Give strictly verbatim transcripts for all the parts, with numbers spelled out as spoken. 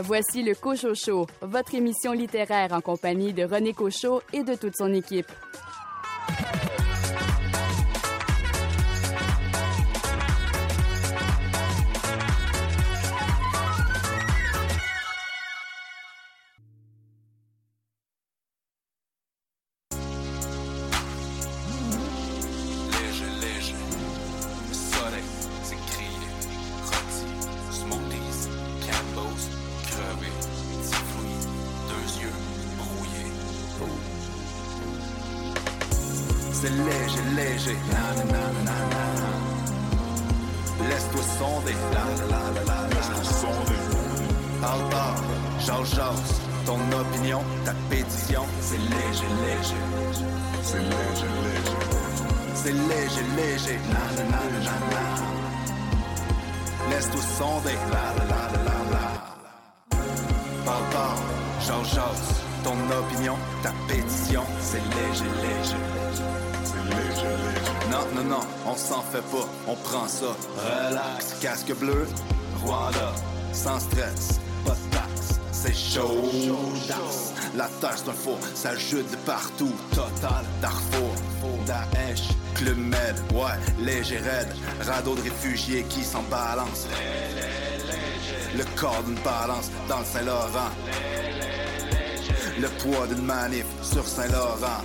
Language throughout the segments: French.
Voici le Cochot Show, votre émission littéraire en compagnie de René Cochot et de toute son équipe. C'est léger, léger, na na na na na. Laisse-toi sonder, la la la la la. Laisse-toi sonder. Parle, parle, jase, jase. Ton opinion, ta pétition, c'est léger, léger. C'est léger, léger. C'est léger, léger, na na na na na. Laisse-toi sonder, la la la la la la. Parle, parle, jase, jase. Ton opinion, ta pétition, c'est léger, léger. Léger, léger. Non, non, non, on s'en fait pas, on prend ça. Relax, casque bleu, Rwanda, sans stress, pas de taxe, c'est chaud. La terre c'est un faux, ça jute de partout. Total, Darfour, Daesh, Club Med, ouais, léger raide. Radeau de réfugiés qui s'en balance. Le corps d'une balance dans le Saint-Laurent. Le poids d'une manif sur Saint-Laurent.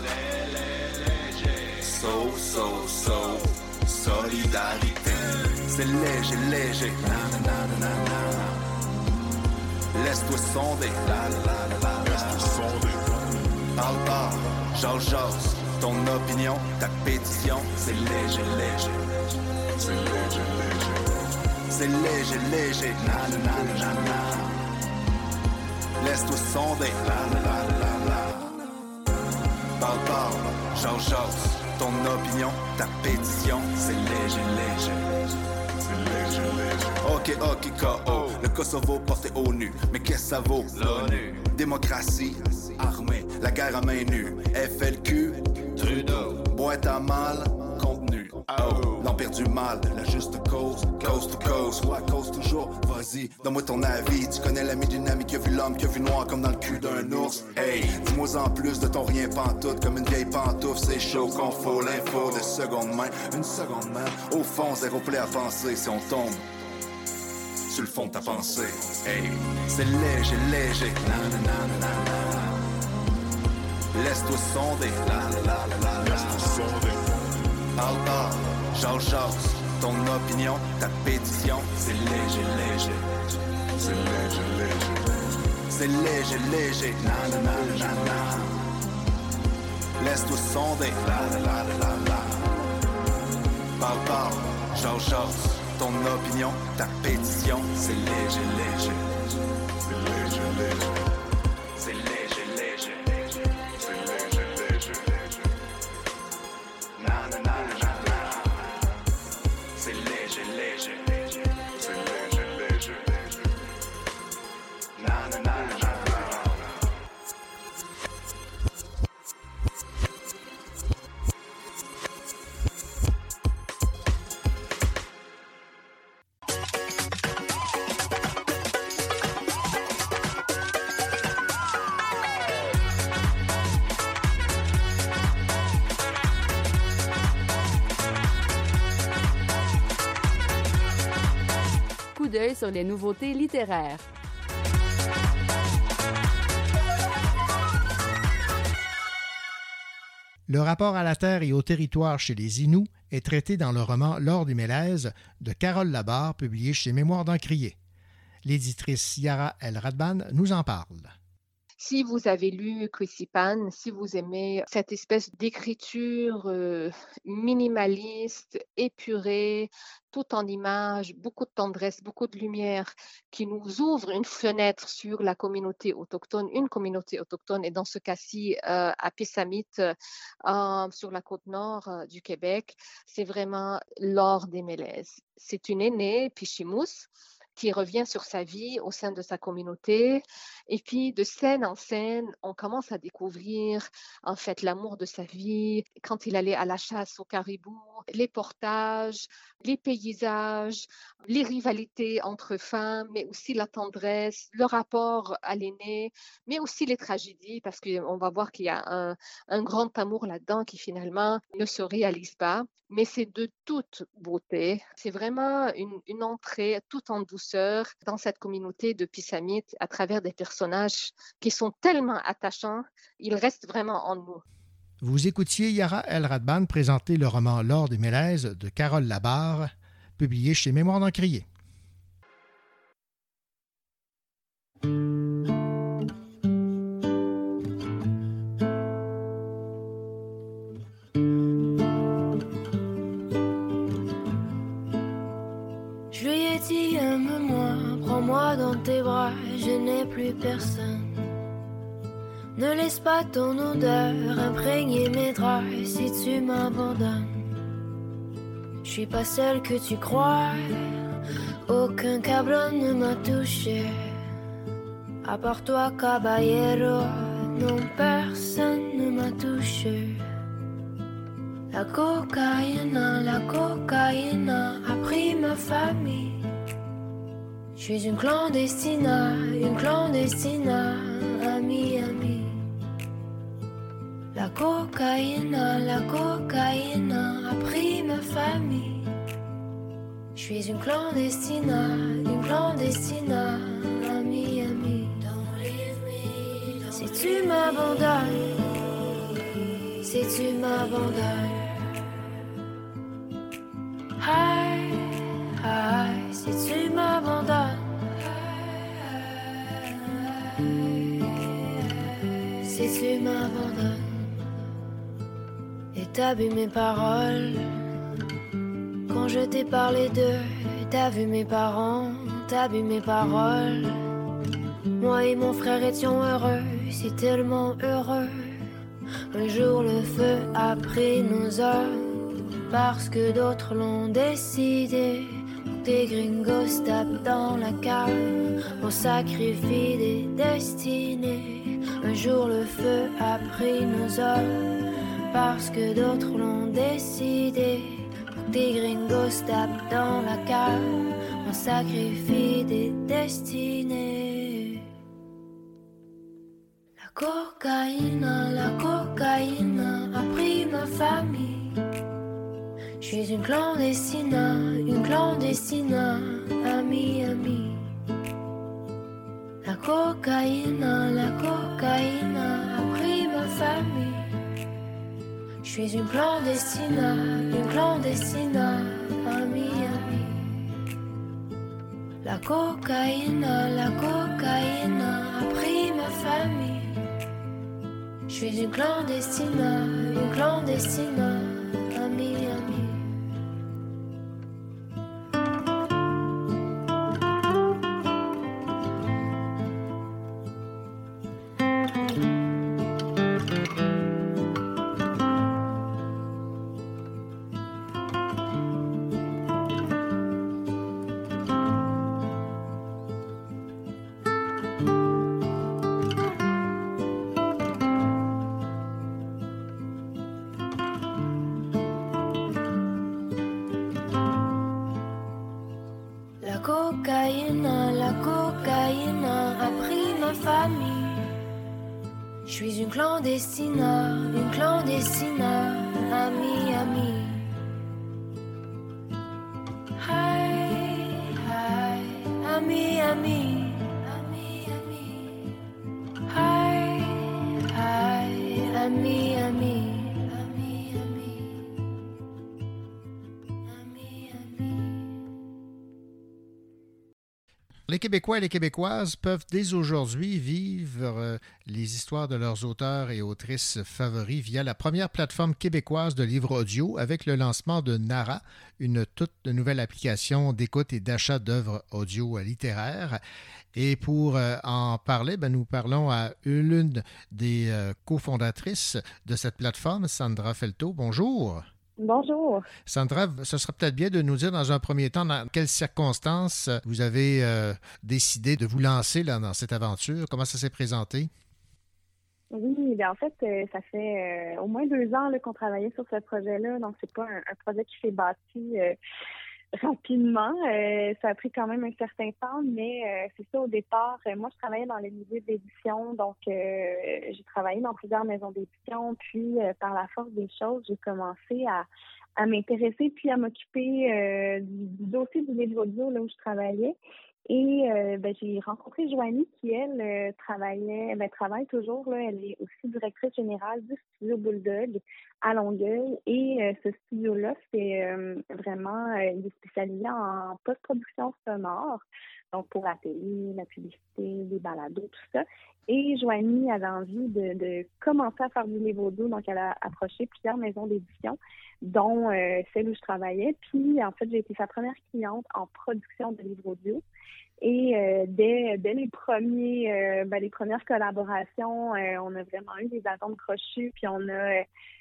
So, so, so, solidarité. C'est léger, léger, na na na na na. Laisse-toi sonder, la la la la la. Laisse-toi sonder. Parle, parle, jase, jase. Ton opinion, ta pétition, c'est léger, léger. C'est léger, léger. C'est léger, léger, na na na na na. Laisse-toi sonder, la la la la la. Parle, parle, jase, jase. Ton opinion, ta pétition, c'est léger, léger. C'est léger, léger. Ok, ok, K O. Le Kosovo porté au nu. Mais qu'est-ce que ça vaut? L'ONU. Démocratie, armée, la guerre à main nue. F L Q, Trudeau. Boîte à mal, contenu. Oh, l'empire du mal, la juste cause. Coast to coast, ouais, cause toujours. Vas-y, donne-moi ton avis. Tu connais l'ami d'une amie qui a vu l'homme, qui a vu noir comme dans le cul d'un ours. Hey, dis-moi en plus de ton rien pantoute. Comme une vieille pantoufle, c'est chaud qu'on faut l'info de seconde main. Une seconde main, au fond, zéro plaît à penser si on tombe sur le fond de ta pensée. Hey, c'est léger, léger. Na na na na na. Laisse-toi sonder. La la la la la. Laisse-toi sonder. Parle, parle, jase, jase. Ton opinion, ta pétition, c'est léger, léger. C'est léger, léger. C'est léger, léger. Na na na na na. Laisse-toi sonder. La la la la la la. Parle, parle, jase, jase. Ton opinion, ta pétition, c'est léger, léger. C'est léger, léger. C'est léger, léger. C'est léger, léger. Na na na na na. C'est léger, léger. C'est léger, léger. Na na na na na. Coup d'œil sur les nouveautés littéraires. Le rapport à la terre et au territoire chez les Inuits est traité dans le roman L'Or des Mélèzes de Carole Labarre, publié chez Mémoires d'Encrier. L'éditrice Yara El-Radban nous en parle. Si vous avez lu Chrissy Pan, si vous aimez cette espèce d'écriture euh, minimaliste, épurée, tout en images, beaucoup de tendresse, beaucoup de lumière, qui nous ouvre une fenêtre sur la communauté autochtone, une communauté autochtone, et dans ce cas-ci euh, à Pessamit, euh, sur la côte nord euh, du Québec, c'est vraiment L'Or des Mélèzes. C'est une aînée, Pichimous, qui revient sur sa vie au sein de sa communauté. Et puis, de scène en scène, on commence à découvrir, en fait, l'amour de sa vie, quand il allait à la chasse au caribou, les portages, les paysages, les rivalités entre femmes, mais aussi la tendresse, le rapport à l'aîné, mais aussi les tragédies, parce qu'on va voir qu'il y a un, un grand amour là-dedans qui finalement ne se réalise pas. Mais c'est de toute beauté. C'est vraiment une, une entrée tout en douceur dans cette communauté de Pissamite à travers des personnages qui sont tellement attachants. Ils restent vraiment en nous. Vous écoutiez Yara El-Radban présenter le roman L'or des Mélèzes de Carole Labarre, publié chez Mémoires d'Encrier. Je lui ai dit aime-moi, prends-moi dans tes bras, je n'ai plus personne. Ne laisse pas ton odeur imprégner mes draps si tu m'abandonnes. Je suis pas celle que tu crois, aucun cabron ne m'a touché. À part toi, caballero, non, personne ne m'a touché. La cocaïne, la cocaïne a pris ma famille. Je suis une clandestine, une clandestine à Miami. La cocaïne, la cocaïne a pris ma famille. Je suis une clandestine, une clandestine à Miami. Si tu m'abandonnes, si tu m'abandonnes, hi, hi, si tu m'abandonnes, si tu m'abandonnes. Et t'as vu mes paroles quand je t'ai parlé d'eux. T'as vu mes parents, t'as vu mes paroles. Moi et mon frère étions heureux, si tellement heureux. Un jour le feu a pris nos hommes, parce que d'autres l'ont décidé. Des gringos tapent dans la cave, on sacrifie des destinées. Un jour le feu a pris nos hommes, parce que d'autres l'ont décidé. Des gringos tapent dans la cave, on sacrifie des destinées. La cocaïne, la cocaïne a pris ma famille. Je suis une clandestine, une clandestine à Miami. La cocaïne, la cocaïne a pris ma famille. Je suis une clandestine, une clandestine à Miami. La cocaïne, la cocaïne a pris ma famille. Je suis une clandestine, une clandestine à Miami. Clandestine, une clandestine à Miami. Hi, hi, à Miami. Hi, hi, à Miami. Les Québécois et les Québécoises peuvent dès aujourd'hui vivre euh, les histoires de leurs auteurs et autrices favoris via la première plateforme québécoise de livres audio avec le lancement de Nara, une toute nouvelle application d'écoute et d'achat d'œuvres audio littéraires. Et pour euh, en parler, ben, nous parlons à l'une des euh, cofondatrices de cette plateforme, Sandra Felto. Bonjour. Bonjour. Sandra, ce serait peut-être bien de nous dire dans un premier temps dans quelles circonstances vous avez euh, décidé de vous lancer là, dans cette aventure. Comment ça s'est présenté? Oui, bien en fait, euh, ça fait euh, au moins deux ans là, qu'on travaillait sur ce projet-là. Donc, c'est pas un, un projet qui s'est bâti euh, rapidement. Euh, ça a pris quand même un certain temps, mais euh, c'est ça, au départ, euh, moi, je travaillais dans le milieu d'édition. Donc, euh, j'ai travaillé dans plusieurs maisons d'édition. Puis, euh, par la force des choses, j'ai commencé à, à m'intéresser puis à m'occuper euh, du, du dossier du livre audio là où je travaillais. Et euh, ben, j'ai rencontré Joanie qui, elle, euh, travaillait, ben, travaille toujours. Là, elle est aussi directrice générale du studio Bulldog à Longueuil. Et euh, ce studio-là, c'est euh, vraiment euh, il est spécialisé en post-production sonore. Donc, pour la télé, la publicité, les balados, tout ça. Et Joanie avait envie de, de commencer à faire du livre audio. Donc, elle a approché plusieurs maisons d'édition, dont euh, celle où je travaillais. Puis, en fait, j'ai été sa première cliente en production de livres audio. Et euh, dès, dès les premiers, euh, ben, les premières collaborations, euh, on a vraiment eu des attentes crochues, puis on a, euh,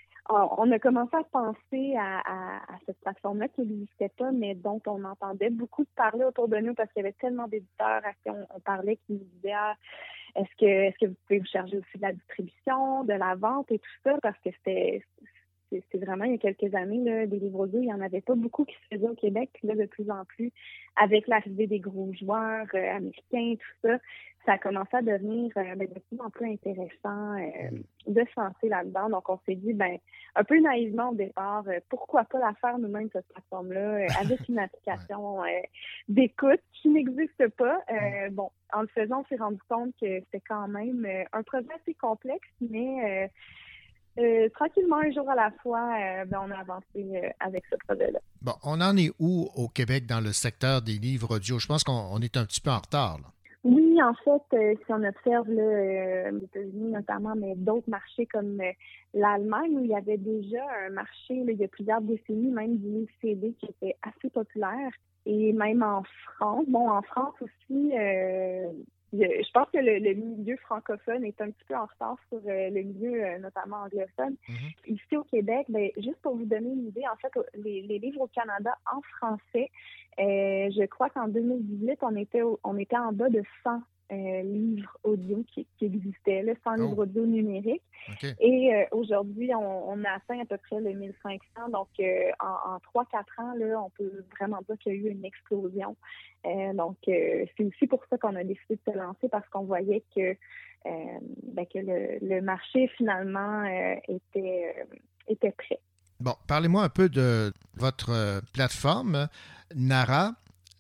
on a commencé à penser à, à, à cette plateforme-là qui n'existait pas, mais dont on entendait beaucoup parler autour de nous parce qu'il y avait tellement d'éditeurs à qui on, on parlait qui nous disaient ah, est-ce que, est-ce que vous pouvez vous charger aussi de la distribution, de la vente et tout ça, parce que c'était c'est vraiment, il y a quelques années, là, des livres audio, il n'y en avait pas beaucoup qui se faisaient au Québec. Puis là, de plus en plus, avec l'arrivée des gros joueurs euh, américains, tout ça, ça a commencé à devenir euh, ben, de plus en plus intéressant euh, de se lancer là-dedans. Donc, on s'est dit, ben un peu naïvement au départ, euh, pourquoi pas la faire nous-mêmes, cette plateforme-là, euh, avec une application euh, d'écoute qui n'existe pas. Euh, bon, en le faisant, on s'est rendu compte que c'était quand même euh, un projet assez complexe, mais... Euh, Euh, tranquillement, un jour à la fois, euh, ben, on a avancé euh, avec ce projet-là. Bon, on en est où au Québec dans le secteur des livres audio? Je pense qu'on on est un petit peu en retard, là. Oui, en fait, euh, si on observe là, euh, les États-Unis notamment, mais d'autres marchés comme euh, l'Allemagne, où il y avait déjà un marché là, il y a plusieurs décennies, même du livre C D qui était assez populaire. Et même en France, bon, en France aussi, euh, je pense que le, le milieu francophone est un petit peu en retard sur euh, le milieu euh, notamment anglophone. Mm-hmm. Ici au Québec, ben, juste pour vous donner une idée, en fait, les, les livres au Canada en français, euh, je crois qu'en deux mille dix-huit, on était, au, on était en bas de cent euh, livres audio qui, qui existaient, là, cent oh. livres audio numériques. Okay. Et euh, aujourd'hui, on, on a atteint à peu près les mille cinq cents. Donc, euh, en, en trois à quatre ans, là, on peut vraiment dire qu'il y a eu une explosion. Euh, donc, euh, c'est aussi pour ça qu'on a décidé de se lancer, parce qu'on voyait que, euh, ben, que le, le marché, finalement, euh, était, euh, était prêt. Bon, parlez-moi un peu de votre euh, plateforme, Nara.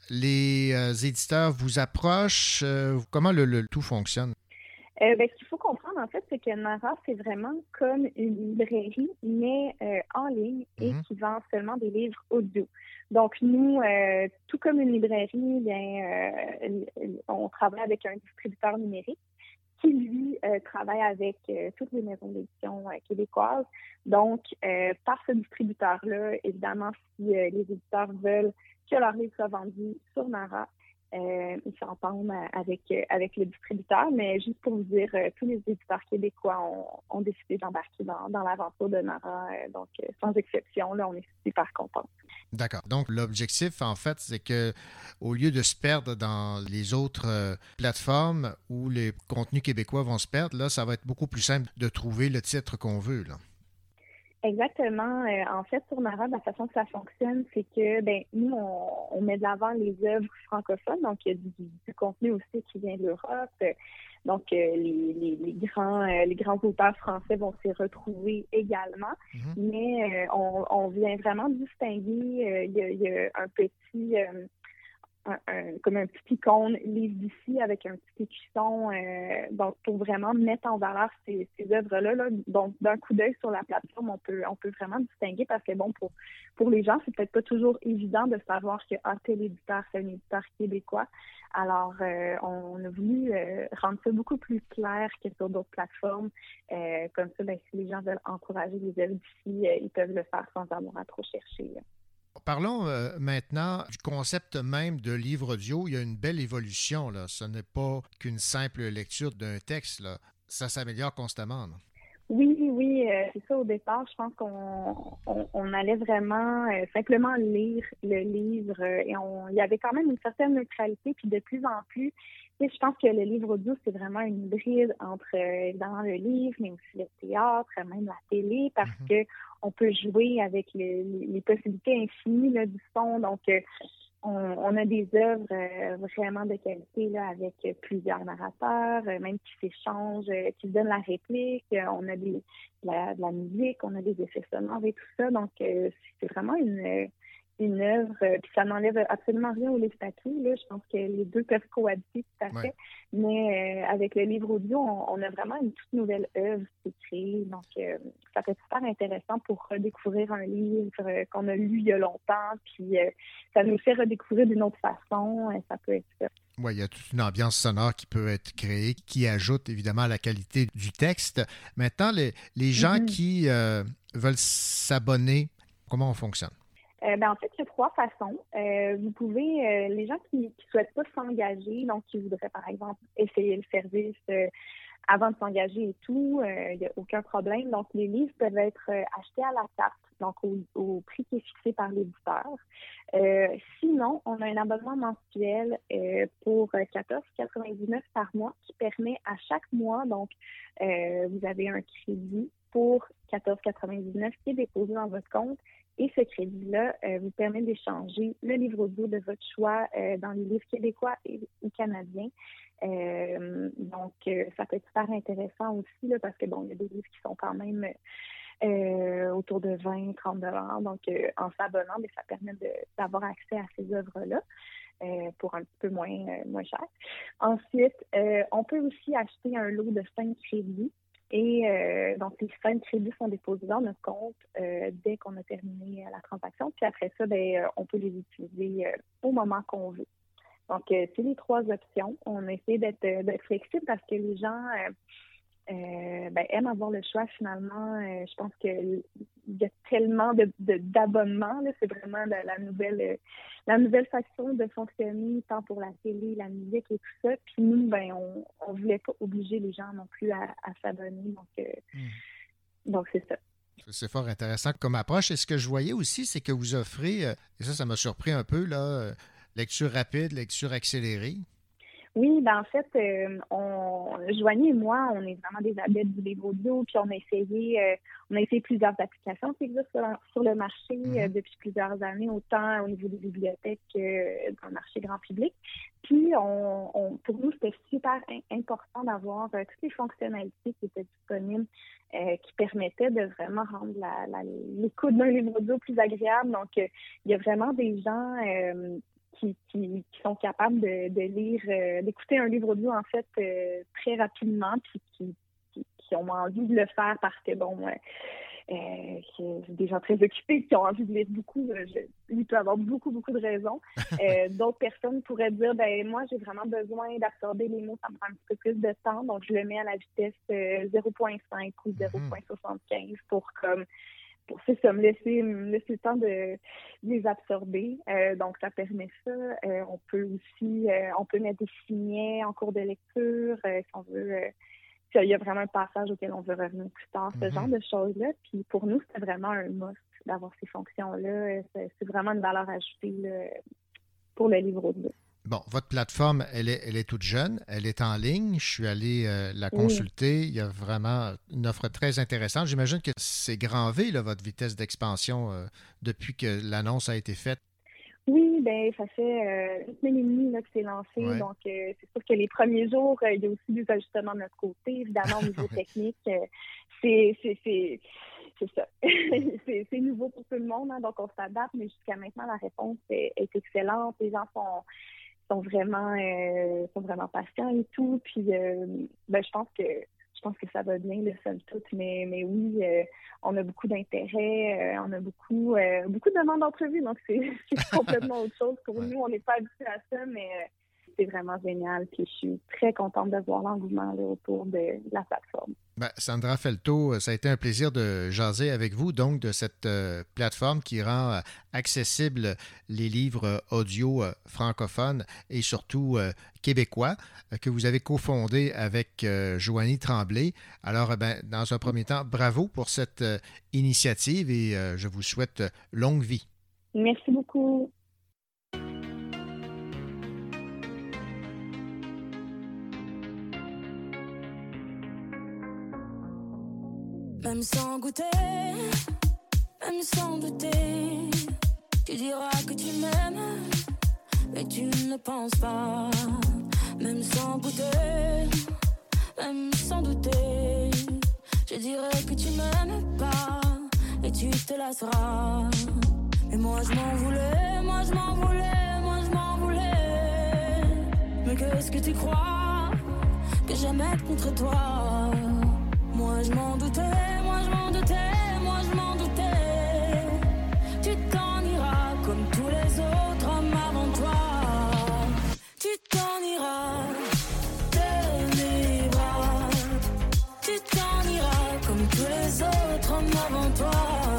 Les euh, éditeurs vous approchent. Euh, comment le, le tout fonctionne? Euh, ben, ce qu'il faut comprendre, en fait, c'est que Nara, c'est vraiment comme une librairie, mais euh, en ligne et mm-hmm. qui vend seulement des livres audio. Donc, nous, euh, tout comme une librairie, bien, euh, on travaille avec un distributeur numérique qui, lui, euh, travaille avec euh, toutes les maisons d'édition euh, québécoises. Donc, euh, par ce distributeur-là, évidemment, si euh, les éditeurs veulent que leur livre soit vendu sur Nara, Euh, ils s'entendent avec, avec le distributeur, mais juste pour vous dire, euh, tous les éditeurs québécois ont, ont décidé d'embarquer dans, dans l'aventure de Nara, euh, donc euh, sans exception, là, on est super contents. D'accord. Donc, l'objectif, en fait, c'est que au lieu de se perdre dans les autres euh, plateformes où les contenus québécois vont se perdre, là, ça va être beaucoup plus simple de trouver le titre qu'on veut, là. Exactement. Euh, en fait, sur Nara, la façon que ça fonctionne, c'est que ben nous, on, on met de l'avant les œuvres francophones, donc il y a du, du contenu aussi qui vient de l'Europe. Donc, euh, les, les, les grands euh, les grands auteurs français vont s'y retrouver également. Mm-hmm. Mais euh, on, on vient vraiment distinguer. Euh, il, y a, il y a un petit... Euh, Un, un, comme un petit icône livre d'ici avec un petit écusson euh, donc pour vraiment mettre en valeur ces, ces œuvres-là. Là. Donc, d'un coup d'œil sur la plateforme, on peut on peut vraiment distinguer parce que bon, pour pour les gens, c'est peut-être pas toujours évident de savoir que ah, tel éditeur, c'est un éditeur québécois. Alors, euh, on a voulu euh, rendre ça beaucoup plus clair que sur d'autres plateformes. Euh, comme ça, ben, si les gens veulent encourager les œuvres d'ici, euh, ils peuvent le faire sans avoir à trop chercher. Là. Parlons euh, maintenant du concept même de livre audio. Il y a une belle évolution, là. Ce n'est pas qu'une simple lecture d'un texte, là. Ça s'améliore constamment, là. Oui, oui, euh, c'est ça. Au départ, je pense qu'on on, on allait vraiment euh, simplement lire le livre euh, et on, il y avait quand même une certaine neutralité. Puis de plus en plus, tu sais, je pense que le livre audio, c'est vraiment une hybride entre euh, évidemment le livre, mais aussi le théâtre, même la télé, parce mm-hmm. que on peut jouer avec le, les possibilités infinies là, du son. Donc, euh, On, on a des œuvres euh, vraiment de qualité là, avec euh, plusieurs narrateurs, euh, même qui s'échangent, euh, qui se donnent la réplique. Euh, on a des, de, la, de la musique, on a des effets sonores et tout ça. Donc, euh, c'est vraiment une, une œuvre. Euh, puis ça n'enlève absolument rien au livre papier. Là. Je pense que les deux peuvent cohabiter tout à fait. Ouais. Mais euh, avec le livre audio, on, on a vraiment une toute nouvelle œuvre qui est créée. Donc, euh, ça peut être super intéressant pour redécouvrir un livre euh, qu'on a lu il y a longtemps. Puis, euh, ça nous fait redécouvrir d'une autre façon. Euh, ça peut être ça. Oui, il y a toute une ambiance sonore qui peut être créée, qui ajoute évidemment à la qualité du texte. Maintenant, les, les gens mm-hmm. qui euh, veulent s'abonner, comment on fonctionne? Euh, ben, en fait, il y a trois façons. Euh, vous pouvez, euh, les gens qui ne souhaitent pas s'engager, donc qui voudraient, par exemple, essayer le service euh, avant de s'engager et tout, il euh, n'y a aucun problème. Donc, les livres peuvent être euh, achetés à la carte, donc au, au prix qui est fixé par l'éditeur. Euh, sinon, on a un abonnement mensuel euh, pour quatorze quatre-vingt-dix-neuf par mois qui permet à chaque mois, donc, euh, vous avez un crédit pour quatorze quatre-vingt-dix-neuf qui est déposé dans votre compte. Et ce crédit-là euh, vous permet d'échanger le livre audio de votre choix euh, dans les livres québécois et, et canadiens. Euh, donc, euh, ça peut être super intéressant aussi, là, parce que, bon, il y a des livres qui sont quand même euh, autour de vingt à trente dollars. Donc, euh, en s'abonnant, bien, ça permet de, d'avoir accès à ces œuvres-là euh, pour un petit peu moins, euh, moins cher. Ensuite, euh, on peut aussi acheter un lot de cinq crédits. Et euh, donc, les cinq crédits sont déposés dans notre compte euh, dès qu'on a terminé euh, la transaction. Puis après ça, ben, euh, on peut les utiliser euh, au moment qu'on veut. Donc, euh, c'est les trois options. On essaie d'être, euh, d'être flexible parce que les gens euh, euh, ben, aiment avoir le choix finalement. Euh, je pense qu'il y a tellement de, de, d'abonnements. Là, c'est vraiment la, la nouvelle euh, la nouvelle façon de fonctionner, tant pour la télé, la musique et tout ça. Puis nous, ben, on ne voulait pas obliger les gens non plus à, à s'abonner. Donc, euh, mmh. donc, c'est ça. C'est fort intéressant comme approche. Et ce que je voyais aussi, c'est que vous offrez, et ça, ça m'a surpris un peu, là, lecture rapide, lecture accélérée. Oui, ben en fait, euh, on, Joanie et moi, on est vraiment des adeptes du livre audio, puis on a essayé, euh, on a essayé plusieurs applications qui existent sur, sur le marché mm-hmm. euh, depuis plusieurs années, autant au niveau des bibliothèques que euh, dans le marché grand public. Puis, on, on, pour nous, c'était super in- important d'avoir euh, toutes les fonctionnalités qui étaient disponibles, euh, qui permettaient de vraiment rendre la, la, l'écoute d'un livre audio plus agréable. Donc, euh, il y a vraiment des gens euh, Qui, qui, qui sont capables de, de lire, euh, d'écouter un livre audio, en fait, euh, très rapidement, puis qui, qui, qui ont envie de le faire parce que, bon, euh, euh, c'est des gens très occupés qui ont envie de lire beaucoup. Je, il peut avoir beaucoup, beaucoup de raisons. Euh, d'autres personnes pourraient dire, ben moi, j'ai vraiment besoin d'absorber les mots, ça me prend un petit peu plus de temps, donc je le mets à la vitesse euh, zéro virgule cinq ou zéro virgule soixante-quinze pour, comme, pour c'est ça, me laisser, me laisser le temps de, de les absorber. Euh, donc, ça permet ça. Euh, on peut aussi, euh, on peut mettre des signets en cours de lecture, euh, si on veut. Euh, il y a vraiment un passage auquel on veut revenir plus tard, ce mm-hmm. genre de choses-là. Puis pour nous, c'était vraiment un must d'avoir ces fonctions-là. C'est, c'est vraiment une valeur ajoutée là, pour le livre audio. Bon, votre plateforme, elle est, elle est toute jeune, elle est en ligne. Je suis allé euh, la consulter. Oui. Il y a vraiment une offre très intéressante. J'imagine que c'est grand V, là, votre vitesse d'expansion, euh, depuis que l'annonce a été faite. Oui, bien, ça fait euh, une semaine et demie là, que c'est lancé. Ouais. Donc, euh, c'est sûr que les premiers jours, euh, il y a aussi des ajustements de notre côté. Évidemment, au niveau ouais. technique, euh, c'est, c'est, c'est, c'est ça. c'est, c'est nouveau pour tout le monde. Hein, donc, on s'adapte. Mais jusqu'à maintenant, la réponse est, est excellente. Les gens sont... sont vraiment euh, sont vraiment patients et tout. Puis euh, ben, je pense que je pense que ça va bien, le somme toute. Mais, mais oui, euh, on a beaucoup d'intérêt, euh, on a beaucoup euh, beaucoup de demandes d'entrevue, donc c'est, c'est complètement autre chose. Pour ouais. nous, on n'est pas habitués à ça, mais euh, c'est vraiment génial. Puis je suis très contente de voir l'engouement là, autour de, de la plateforme. Ben, Sandra Felto, ça a été un plaisir de jaser avec vous, donc, de cette euh, plateforme qui rend euh, accessibles les livres audio euh, francophones et surtout euh, québécois, euh, que vous avez cofondé avec euh, Joanie Tremblay. Alors, eh ben, dans un premier temps, bravo pour cette euh, initiative et euh, je vous souhaite euh, longue vie. Merci beaucoup. Même sans goûter, même sans douter, tu diras que tu m'aimes, mais tu ne le penses pas. Même sans goûter, même sans douter, je dirais que tu m'aimes pas, et tu te lasseras. Mais moi je m'en voulais, moi je m'en voulais, moi je m'en voulais. Mais qu'est-ce que tu crois que j'aimais contre toi? Moi je m'en doutais, moi je m'en doutais, moi je m'en doutais. Tu t'en iras comme tous les autres hommes avant toi. Tu t'en iras de mes bras. Tu t'en iras comme tous les autres hommes avant toi.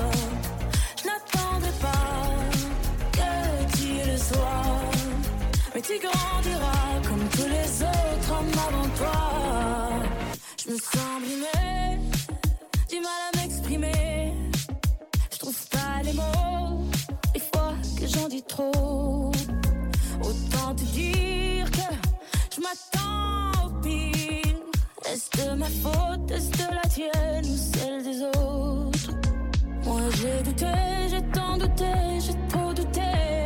Je n'attendrai pas que tu le sois, mais tu grandiras comme tous les autres hommes avant toi. Je me sens brimée, du mal à m'exprimer. Je trouve pas les mots, les fois que j'en dis trop. Autant te dire que je m'attends au pire. Est-ce de ma faute, est-ce de la tienne ou celle des autres? Moi j'ai douté, j'ai tant douté, j'ai trop douté.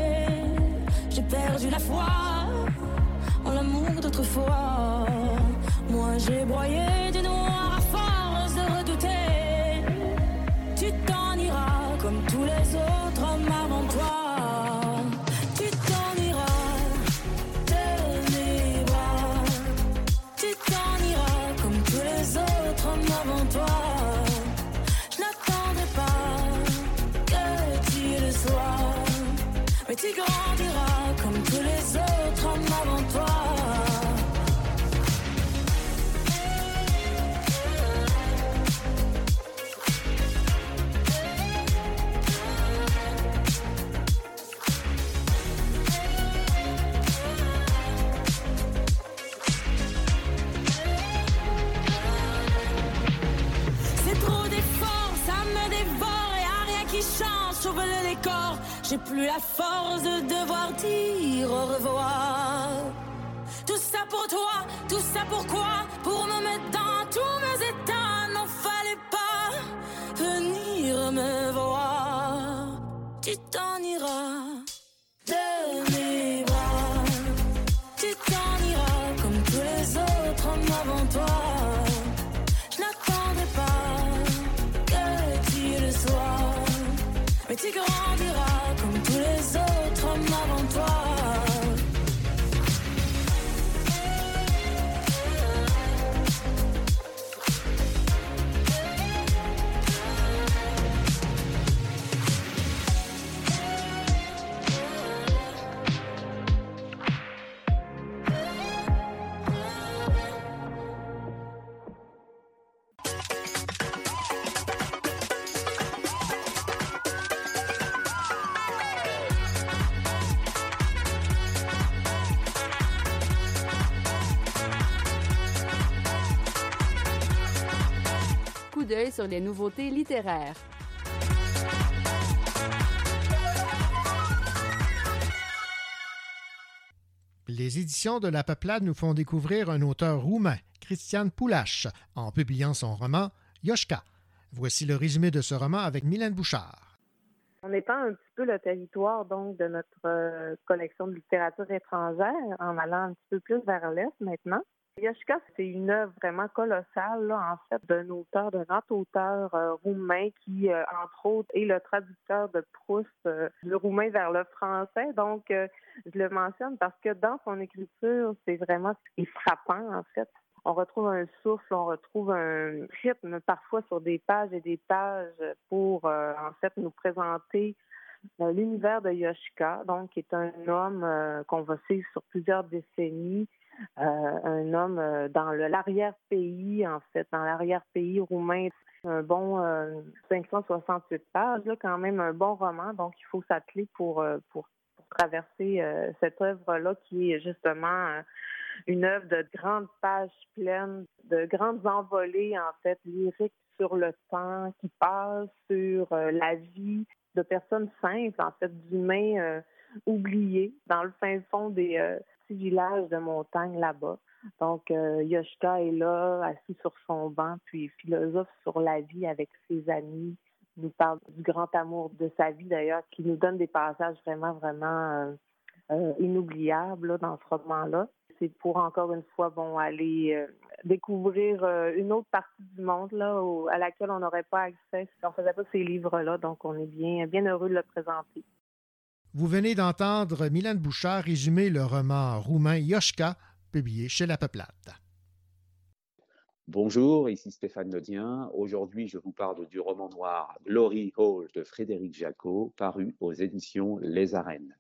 J'ai perdu la foi en l'amour d'autrefois. Moi j'ai broyé du noir à force de redouter. Tu t'en iras comme tous les autres hommes avant toi. Tu t'en iras de mes bras. Tu t'en iras comme tous les autres hommes avant toi. Je n'attendrai pas que tu le sois, mais tu grandiras comme tous les autres hommes avant toi. Sauve le décor, j'ai plus la force de devoir dire au revoir. Tout ça pour toi, tout ça pourquoi? Pour me mettre dans tous mes états, n'en fallait pas venir me voir. Tu t'en iras de mes bras. Tu t'en iras comme tous les autres hommes avant toi. Je n'attendrai pas que tu le sois, mais tu grandiras comme tous les autres hommes avant toi. Coup d'œil sur les nouveautés littéraires. Les éditions de La Peuplade nous font découvrir un auteur roumain, Cristian Pullaș, en publiant son roman Ioșca. Voici le résumé de ce roman avec Mylène Bouchard. On étend un petit peu le territoire donc de notre euh, collection de littérature étrangère en allant un petit peu plus vers l'Est maintenant. Ioșca, c'est une œuvre vraiment colossale, là, en fait, d'un auteur, d'un grand auteur euh, roumain qui, euh, entre autres, est le traducteur de Proust euh, du roumain vers le français. Donc, euh, je le mentionne parce que dans son écriture, c'est vraiment c'est frappant, en fait. On retrouve un souffle, on retrouve un rythme parfois sur des pages et des pages pour, euh, en fait, nous présenter euh, l'univers de Ioșca, donc qui est un homme euh, qu'on va suivre sur plusieurs décennies, euh, un homme euh, dans le, l'arrière-pays, en fait, dans l'arrière-pays roumain. Un bon euh, cinq cent soixante-huit pages, là, quand même un bon roman, donc il faut s'atteler pour, euh, pour, pour traverser euh, cette œuvre-là qui est justement euh, une œuvre de grandes pages pleines, de grandes envolées, en fait, lyriques sur le temps, qui passe sur euh, la vie de personnes simples, en fait, d'humains euh, oubliés dans le fin fond des euh, petits villages de montagne là-bas. Donc, euh, Yoshka est là, assis sur son banc, puis philosophe sur la vie avec ses amis. Il nous parle du grand amour de sa vie, d'ailleurs, qui nous donne des passages vraiment, vraiment euh, euh, inoubliables là, dans ce roman-là. C'est pour, encore une fois, bon, aller euh, découvrir euh, une autre partie du monde là, au, à laquelle on n'aurait pas accès si on ne faisait pas ces livres-là. Donc, on est bien, bien heureux de le présenter. Vous venez d'entendre Mylène Bouchard résumer le roman roumain Yoshka, publié chez La Peuplade. Bonjour, ici Stéphane Lodien. Aujourd'hui, je vous parle du roman noir Glory Hall de Frédéric Jacot, paru aux éditions Les Arènes.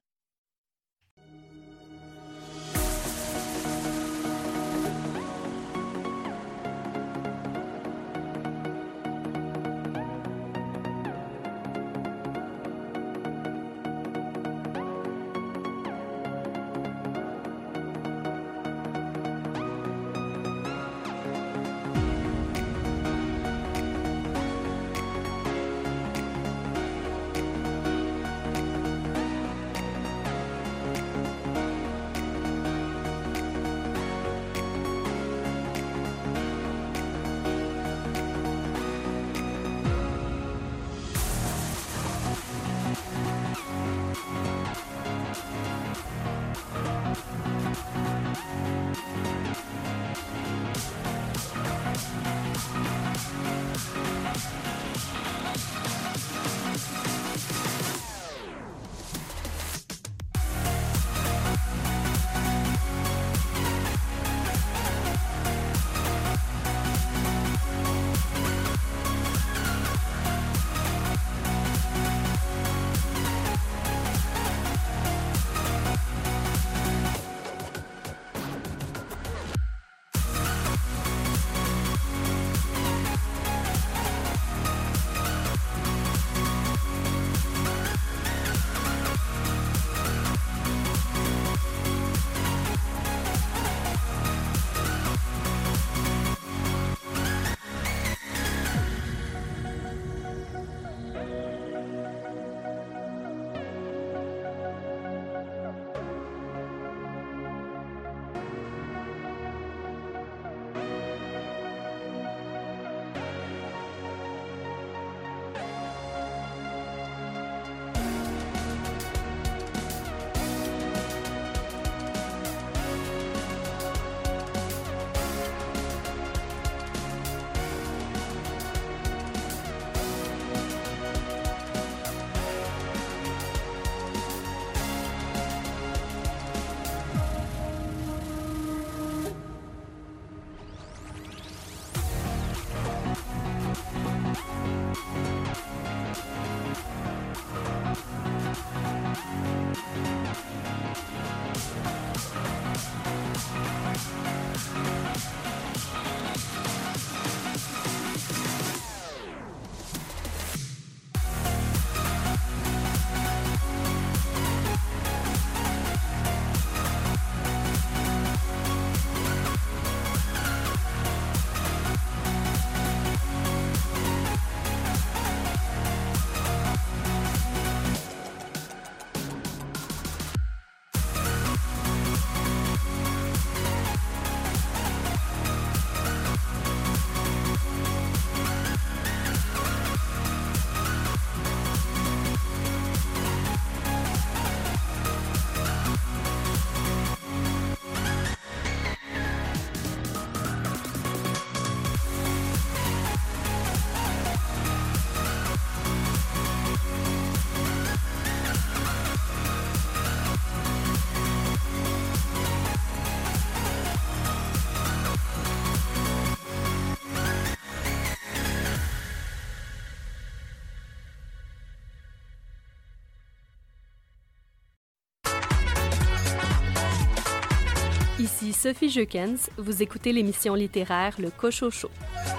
Ici Sophie Jeukens, vous écoutez l'émission littéraire Le Cochocho.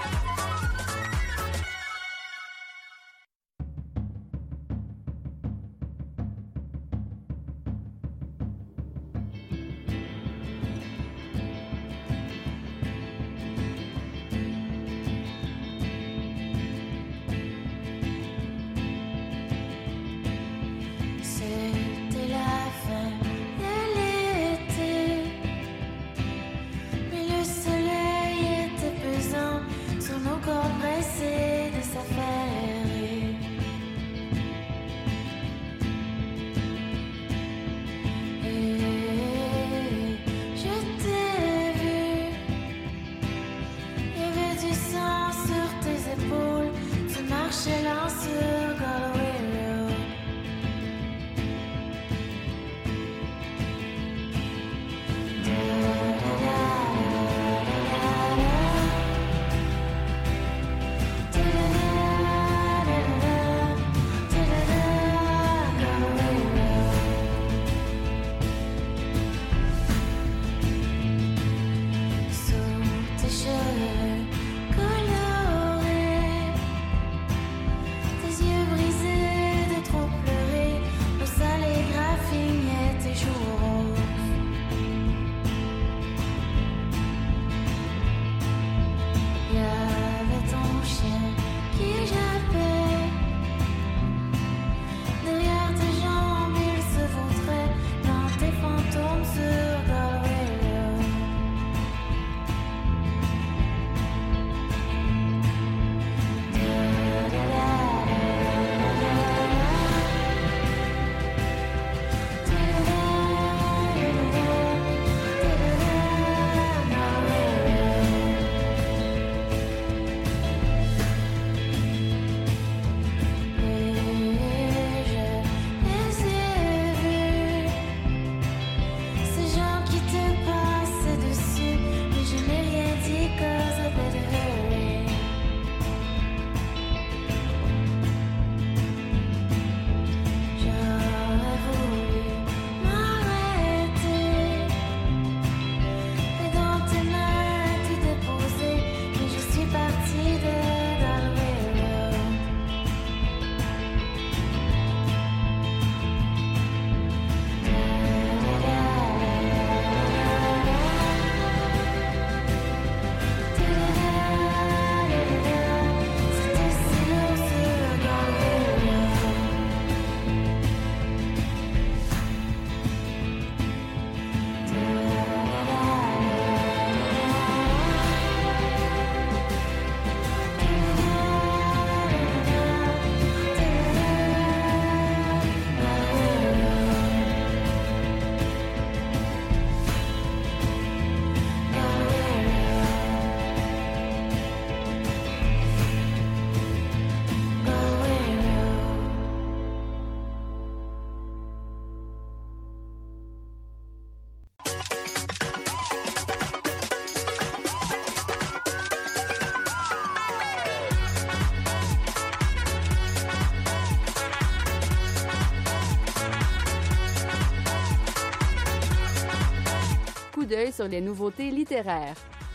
D'œil sur les nouveautés littéraires.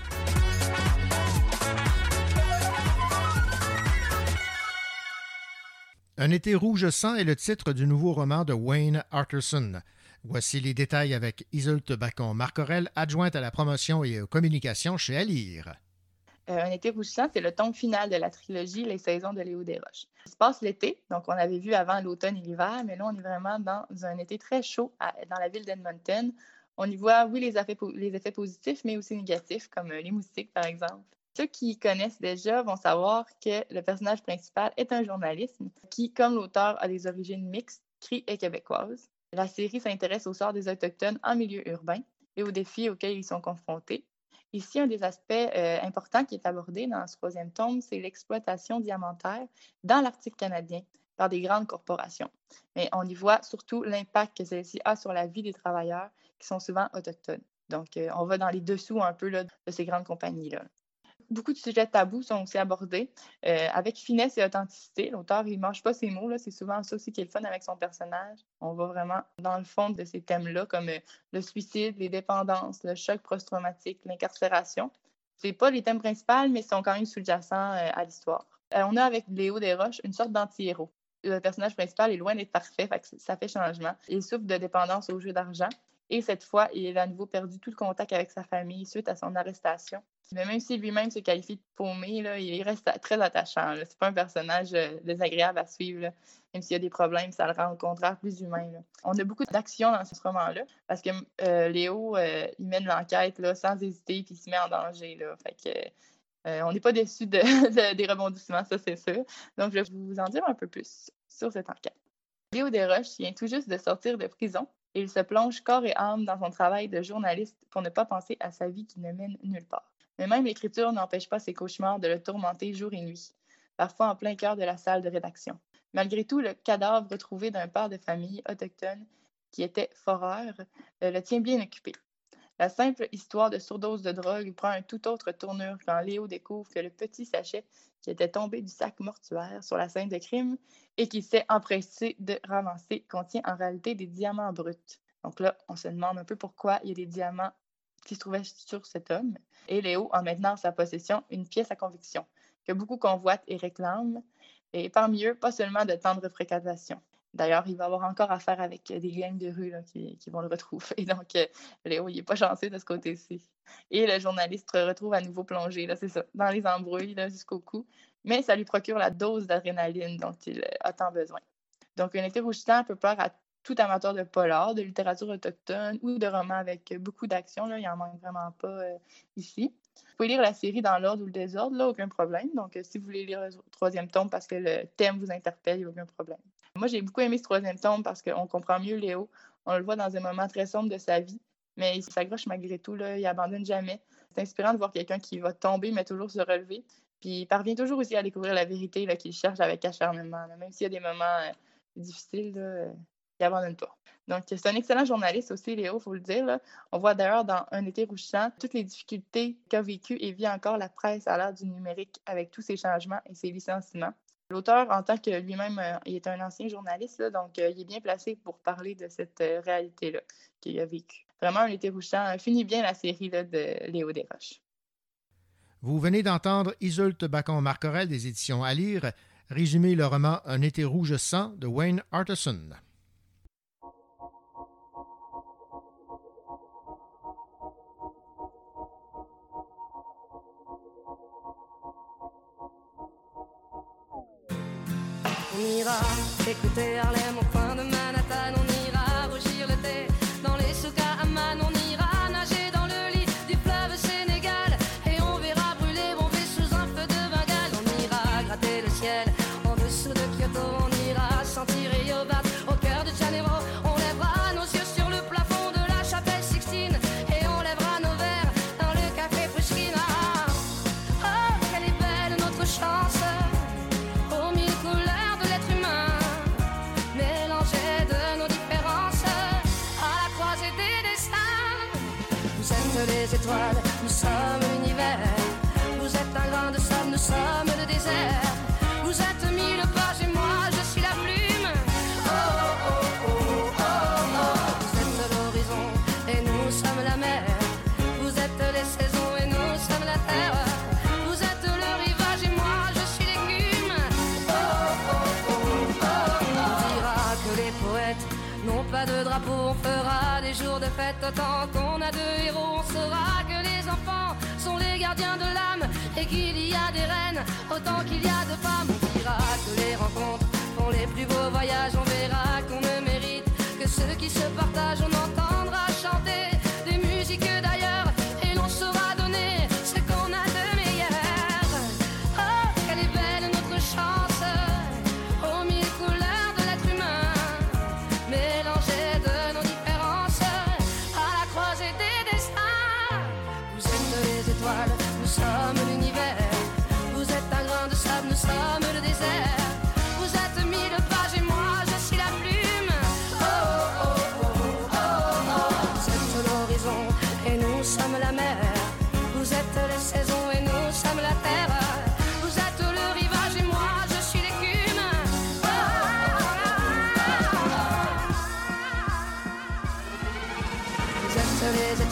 Un été rouge sang est le titre du nouveau roman de Wayne Arthurson. Voici les détails avec Iseult Bacon-Marcorel, adjointe à la promotion et aux communications chez Alire. Euh, Un été rouge sang, c'est le tome final de la trilogie Les saisons de Léo Desroches. Il se passe l'été, donc on avait vu avant l'automne et l'hiver, mais là on est vraiment dans un été très chaud à, dans la ville d'Edmonton. On y voit, oui, les effets, les effets positifs, mais aussi négatifs, comme les moustiques, par exemple. Ceux qui connaissent déjà vont savoir que le personnage principal est un journaliste qui, comme l'auteur, a des origines mixtes, cri et québécoises. La série s'intéresse au sort des Autochtones en milieu urbain et aux défis auxquels ils sont confrontés. Ici, un des aspects euh, importants qui est abordé dans ce troisième tome, c'est l'exploitation diamantaire dans l'Arctique canadien par des grandes corporations. Mais on y voit surtout l'impact que celle-ci a sur la vie des travailleurs qui sont souvent autochtones. Donc, euh, on va dans les dessous un peu là, de ces grandes compagnies-là. Beaucoup de sujets tabous sont aussi abordés euh, avec finesse et authenticité. L'auteur, il ne mâche pas ses mots, là. C'est souvent ça aussi qui est le fun avec son personnage. On va vraiment dans le fond de ces thèmes-là, comme euh, le suicide, les dépendances, le choc post-traumatique, l'incarcération. Ce n'est pas les thèmes principaux, mais ils sont quand même sous-jacents euh, à l'histoire. Euh, on a avec Léo Desroches une sorte d'anti-héros. Le personnage principal est loin d'être parfait, fait que ça fait changement. Il souffre de dépendance au jeu d'argent. Et cette fois, il a à nouveau perdu tout le contact avec sa famille suite à son arrestation. Mais même si lui-même se qualifie de paumé, là, il reste très attachant. Ce n'est pas un personnage euh, désagréable à suivre. Là. Même s'il y a des problèmes, ça le rend au contraire plus humain. Là. On a beaucoup d'action dans ce roman-là parce que euh, Léo, euh, il mène l'enquête là, sans hésiter puis il se met en danger. Là. Fait que, euh, on n'est pas déçus de, de, des rebondissements, ça c'est sûr. Donc, je vais vous en dire un peu plus sur cette enquête. Léo Desroches vient tout juste de sortir de prison et il se plonge corps et âme dans son travail de journaliste pour ne pas penser à sa vie qui ne mène nulle part. Mais même l'écriture n'empêche pas ses cauchemars de le tourmenter jour et nuit, parfois en plein cœur de la salle de rédaction. Malgré tout, le cadavre retrouvé d'un père de famille autochtone qui était foreur le tient bien occupé. La simple histoire de surdose de drogue prend un tout autre tournure quand Léo découvre que le petit sachet qui était tombé du sac mortuaire sur la scène de crime et qui s'est empressé de ramasser contient en réalité des diamants bruts. Donc là, on se demande un peu pourquoi il y a des diamants qui se trouvait sur cet homme. Et Léo a maintenant en sa possession une pièce à conviction que beaucoup convoitent et réclament, et parmi eux, pas seulement de tendre fréquentation. D'ailleurs, il va avoir encore affaire avec des gangs de rue là, qui, qui vont le retrouver. Et donc, euh, Léo, il n'est pas chanceux de ce côté-ci. Et le journaliste se retrouve à nouveau plongé, là, c'est ça, dans les embrouilles là, jusqu'au cou. Mais ça lui procure la dose d'adrénaline dont il a tant besoin. Donc, un été rougetant peut plaire à tout amateur de polar, de littérature autochtone ou de romans avec beaucoup d'action. Là, il n'en manque vraiment pas euh, ici. Vous pouvez lire la série dans l'ordre ou le désordre, là, aucun problème. Donc, euh, si vous voulez lire le troisième tome parce que le thème vous interpelle, il n'y a aucun problème. Moi, j'ai beaucoup aimé ce troisième tome parce qu'on comprend mieux Léo. On le voit dans un moment très sombre de sa vie, mais il s'accroche malgré tout, là, il n'abandonne jamais. C'est inspirant de voir quelqu'un qui va tomber, mais toujours se relever. Puis il parvient toujours aussi à découvrir la vérité là, qu'il cherche avec acharnement. Là. Même s'il y a des moments euh, difficiles, là, euh, il n'abandonne pas. Donc, c'est un excellent journaliste aussi, Léo, il faut le dire. Là. On voit d'ailleurs dans Un été rougeant toutes les difficultés qu'a vécues et vit encore la presse à l'ère du numérique avec tous ses changements et ses licenciements. L'auteur, en tant que lui-même, euh, il est un ancien journaliste, là, donc euh, il est bien placé pour parler de cette euh, réalité-là qu'il a vécue. Vraiment, Un été rougeant euh, finit bien la série là, de Léo Desroches. Vous venez d'entendre Iseult Bacon-Marcorel des éditions À lire résumer le roman Un été rouge sang de Wayne Arteson. On ira écouter Harlem au coin de Manhattan, on ira rougir le thé dans les souks à Amman, on ira nager dans le lit du fleuve Sénégal et on verra brûler Bombay sous un feu de Bengale. On ira gratter le ciel en dessous de Kyoto, on ira sentir Yobat au cœur de Janeiro, on lèvera nos yeux sur le plafond de la chapelle Sixtine et on lèvera nos verres dans le café Pushkin. Ah, oh, quelle est belle notre chance aux mille couleurs de l'être humain, mélangées de nos différences à la croisée des destins. Vous êtes les étoiles, nous sommes l'univers. Vous êtes un grain de sable, nous sommes le désert. Vous êtes mille pages et moi je suis la plume. Oh oh oh oh oh oh. Vous êtes l'horizon et nous sommes la mer. Vous êtes les saisons et nous sommes la terre. Vous êtes le rivage et moi je suis l'écume. Oh oh oh oh oh. On dira que les poètes n'ont pas de drapeau, on fera des jours de fête autant qu'on a de héros. On saura que les enfants sont les gardiens de l'âme et qu'il y a des reines autant qu'il y a de femmes. On dira que les rencontres font les plus beaux voyages. On verra qu'on ne mérite que ceux qui se partagent. On entendra chanter des musiques d'ailleurs et l'on saura donner ce qu'on a de meilleur. Oh, quelle est belle notre chance aux mille couleurs de l'être humain, mélangées de nos différences à la croisée des destins. Vous êtes les étoiles, nous sommes l'univers. Vous êtes un grain de sable, nous sommes le désert. Vous êtes mille pages et moi je suis la plume. Oh oh oh oh oh oh. Vous êtes l'horizon et nous sommes la mer. Vous êtes les saisons et nous sommes la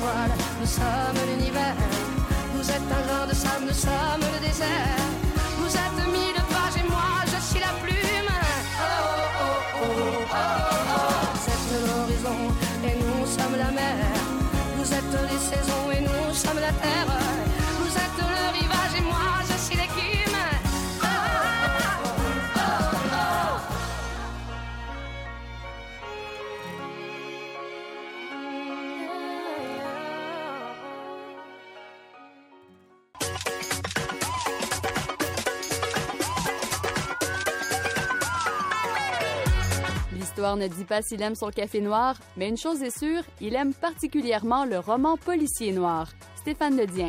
étoiles, nous sommes l'univers. Vous êtes un grain de sable, nous sommes le désert. Vous êtes mille pages et moi je suis la plume. Oh oh oh oh oh oh. Vous êtes l'horizon et nous sommes la mer. Vous êtes les saisons et nous sommes la terre. Vous êtes le rivage et moi je suis l'écume. Oh oh oh oh oh. L'histoire ne dit pas s'il aime son café noir, mais une chose est sûre, il aime particulièrement le roman policier noir. Stéphane Ledien.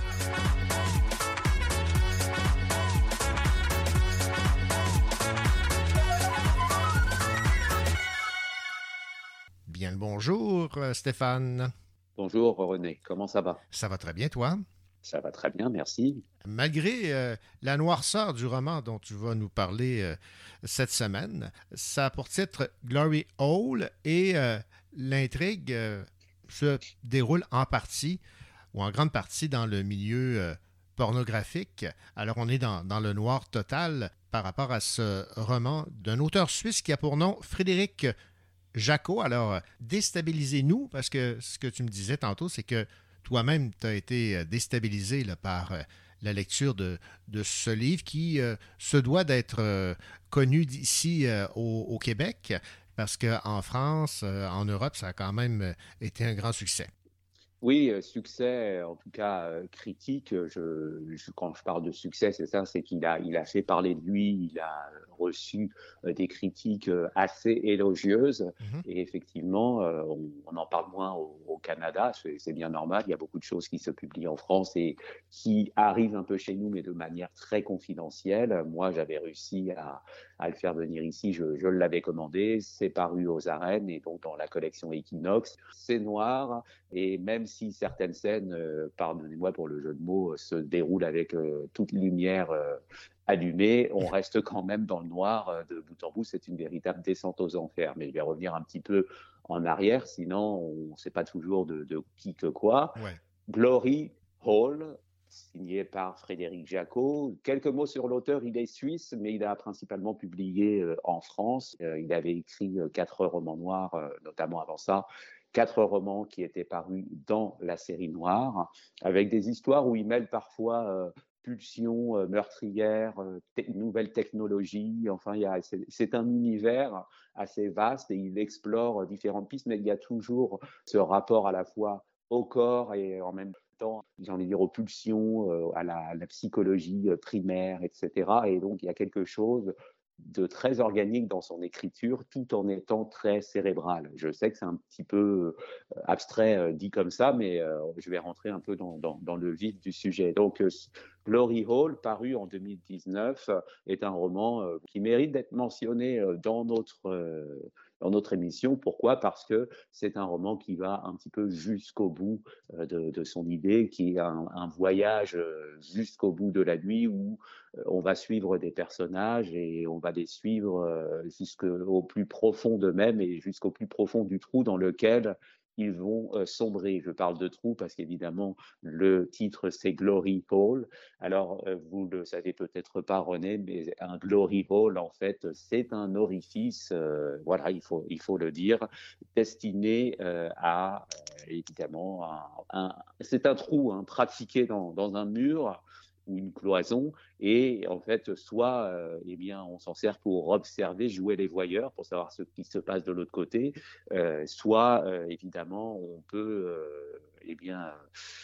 Bien le bonjour, euh, Stéphane. Bonjour René, comment ça va? Ça va très bien, toi? Ça va très bien, merci. Malgré euh, la noirceur du roman dont tu vas nous parler euh, cette semaine, ça a pour titre Glory Hole et euh, l'intrigue euh, se déroule en partie ou en grande partie dans le milieu euh, pornographique. Alors on est dans, dans le noir total par rapport à ce roman d'un auteur suisse qui a pour nom Frédéric Jaco. Alors déstabilisez-nous, parce que ce que tu me disais tantôt, c'est que toi-même, tu as été déstabilisé là, par euh, la lecture de, de ce livre qui euh, se doit d'être euh, connu d'ici euh, au, au Québec, parce qu'en France, euh, en Europe, ça a quand même euh, été un grand succès. Oui, succès, en tout cas euh, critique. Je, je, quand je parle de succès, c'est ça, c'est qu'il a, il a fait parler de lui, il a reçu euh, des critiques euh, assez élogieuses. Mm-hmm. Et effectivement, euh, on, on en parle moins au, au Canada, c'est, c'est bien normal. Il y a beaucoup de choses qui se publient en France et qui arrivent un peu chez nous, mais de manière très confidentielle. Moi, j'avais réussi à, à le faire venir ici, je, je l'avais commandé, c'est paru aux arènes et donc dans la collection Equinox. C'est noir et même si certaines scènes, euh, pardonnez-moi pour le jeu de mots, euh, se déroulent avec euh, toute lumière euh, allumée, on reste quand même dans le noir euh, de bout en bout. C'est une véritable descente aux enfers. Mais je vais revenir un petit peu en arrière, sinon on ne sait pas toujours de, de qui que quoi. Ouais. Glory Hole, signé par Frédéric Jaco. Quelques mots sur l'auteur, il est suisse, mais il a principalement publié euh, en France. Euh, il avait écrit euh, quatre romans noirs, euh, notamment avant ça, quatre romans qui étaient parus dans la série noire, avec des histoires où il mêle parfois euh, pulsions euh, meurtrières, euh, te- nouvelles technologies. Enfin, il y a, c'est, c'est un univers assez vaste et il explore différentes pistes, mais il y a toujours ce rapport à la fois au corps et en même temps, j'ai envie de dire, aux pulsions, euh, à, la, à la psychologie euh, primaire, et cetera. Et donc, il y a quelque chose de très organique dans son écriture, tout en étant très cérébral. Je sais que c'est un petit peu euh, abstrait euh, dit comme ça, mais euh, je vais rentrer un peu dans, dans, dans le vif du sujet. Donc, euh, Glory Hole, paru en deux mille dix-neuf, euh, est un roman euh, qui mérite d'être mentionné euh, dans notre euh, dans notre émission. Pourquoi ? Parce que c'est un roman qui va un petit peu jusqu'au bout euh, de, de son idée, qui est un, un voyage euh, jusqu'au bout de la nuit où euh, on va suivre des personnages et on va les suivre euh, jusqu'au plus profond d'eux-mêmes et jusqu'au plus profond du trou dans lequel ils vont euh, sombrer. Je parle de trou parce qu'évidemment, le titre, c'est Glory Hole. Alors, euh, vous ne le savez peut-être pas, René, mais un Glory Hole, en fait, c'est un orifice, euh, voilà, il faut, il faut le dire, destiné euh, à, euh, évidemment, un, un, c'est un trou hein, pratiqué dans, dans un mur ou une cloison, et en fait, soit euh, eh bien, on s'en sert pour observer, jouer les voyeurs, pour savoir ce qui se passe de l'autre côté, euh, soit, euh, évidemment, on peut euh, eh bien,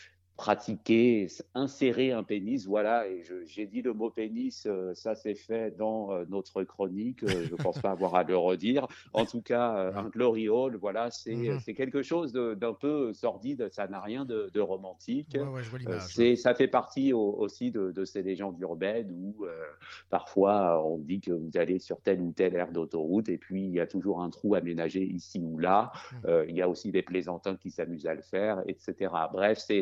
pratiquer, insérer un pénis, voilà, et je, j'ai dit le mot pénis, euh, ça c'est fait dans euh, notre chronique, euh, je ne pense pas avoir à le redire. En tout cas, euh, un glory hole, voilà, c'est, mm-hmm. c'est quelque chose de, d'un peu sordide, ça n'a rien de, de romantique. Ouais, ouais, je vois l'image, euh, c'est, ça fait partie au, aussi de, de ces légendes urbaines où euh, parfois on dit que vous allez sur telle ou telle aire d'autoroute et puis il y a toujours un trou aménagé ici ou là. Mm-hmm. Euh, il y a aussi des plaisantins qui s'amusent à le faire, et cetera. Bref, c'est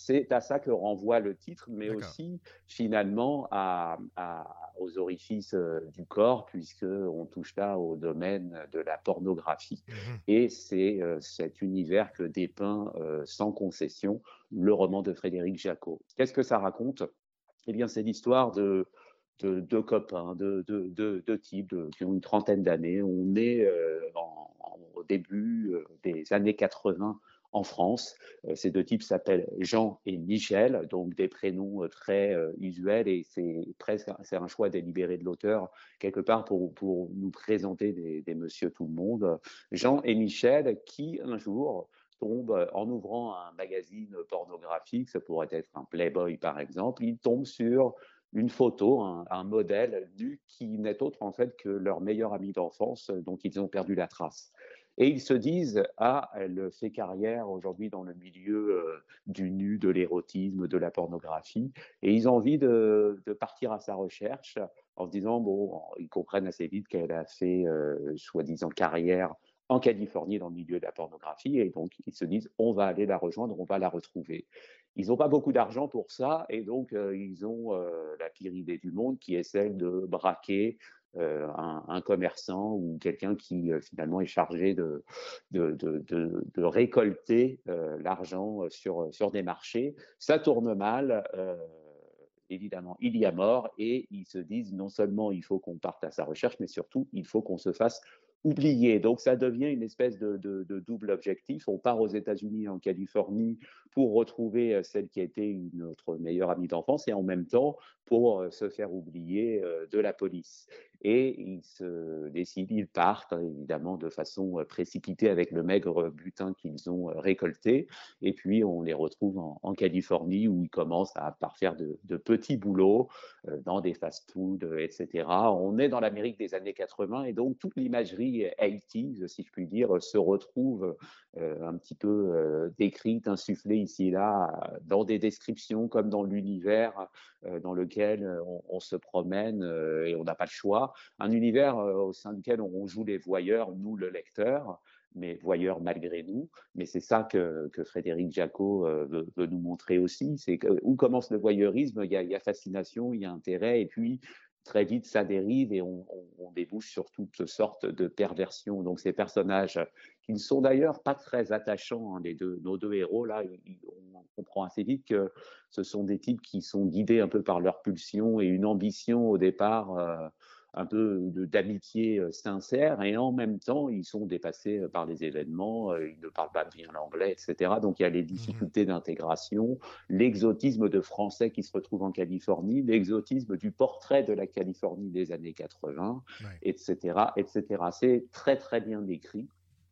c'est à ça que renvoie le titre, mais D'accord. aussi finalement à, à- aux orifices euh, du corps, puisqu'on touche là au domaine de la pornographie. Mhm. Et c'est euh, cet univers que dépeint euh, sans concession le roman de Frédéric Jacot. Qu'est-ce que ça raconte? Eh bien, c'est l'histoire de, de deux copains, de deux de, de types de- qui ont une trentaine d'années. On est euh, en- en- au début euh, des années quatre-vingts en France. Euh, ces deux types s'appellent Jean et Michel, donc des prénoms euh, très euh, usuels, et c'est presque c'est un choix délibéré de l'auteur, quelque part pour, pour nous présenter des, des monsieur tout le monde. Jean et Michel qui, un jour, tombe, en ouvrant un magazine pornographique, ça pourrait être un Playboy par exemple, ils tombent sur une photo, un, un modèle nu qui n'est autre en fait que leur meilleur ami d'enfance dont ils ont perdu la trace. Et ils se disent, ah, elle fait carrière aujourd'hui dans le milieu euh, du nu, de l'érotisme, de la pornographie, et ils ont envie de, de partir à sa recherche en se disant, bon, ils comprennent assez vite qu'elle a fait euh, soi-disant carrière en Californie dans le milieu de la pornographie, et donc ils se disent on va aller la rejoindre, on va la retrouver. Ils n'ont pas beaucoup d'argent pour ça, et donc euh, ils ont euh, la pire idée du monde qui est celle de braquer euh, un, un commerçant ou quelqu'un qui euh, finalement est chargé de, de, de, de, de récolter euh, l'argent sur, sur des marchés. Ça tourne mal. Euh, Évidemment, il y a mort, et ils se disent non seulement il faut qu'on parte à sa recherche, mais surtout il faut qu'on se fasse oublier. Donc ça devient une espèce de, de, de double objectif. On part aux États-Unis, en Californie, pour retrouver celle qui a été notre meilleure amie d'enfance, et en même temps pour se faire oublier de la police. Et ils se décident, ils partent évidemment de façon précipitée avec le maigre butin qu'ils ont récolté, et puis on les retrouve en, en Californie où ils commencent à par faire de, de petits boulots euh, dans des fast-foods, et cetera. On est dans l'Amérique des années quatre-vingts, et donc toute l'imagerie quatre-vingt, si je puis dire, se retrouve euh, un petit peu euh, décrite, insufflée ici et là, dans des descriptions comme dans l'univers euh, dans lequel on, on se promène euh, et on n'a pas le choix. Un univers euh, au sein duquel on joue les voyeurs, nous le lecteur, mais voyeurs malgré nous. Mais c'est ça que, que Frédéric Jacot euh, veut, veut nous montrer aussi. C'est que, où commence le voyeurisme, il y, a, il y a fascination, il y a intérêt, et puis très vite ça dérive et on, on, on débouche sur toutes sortes de perversions. Donc ces personnages qui ne sont d'ailleurs pas très attachants, hein, les deux, nos deux héros là, ils, on comprend assez vite que ce sont des types qui sont guidés un peu par leur pulsion et une ambition au départ euh, un peu d'amitié sincère, et en même temps, ils sont dépassés par les événements, ils ne parlent pas bien l'anglais, et cetera. Donc, il y a les difficultés mmh. d'intégration, l'exotisme de Français qui se retrouvent en Californie, l'exotisme du portrait de la Californie des années quatre-vingts, ouais. et cetera, et cetera. C'est très, très bien décrit.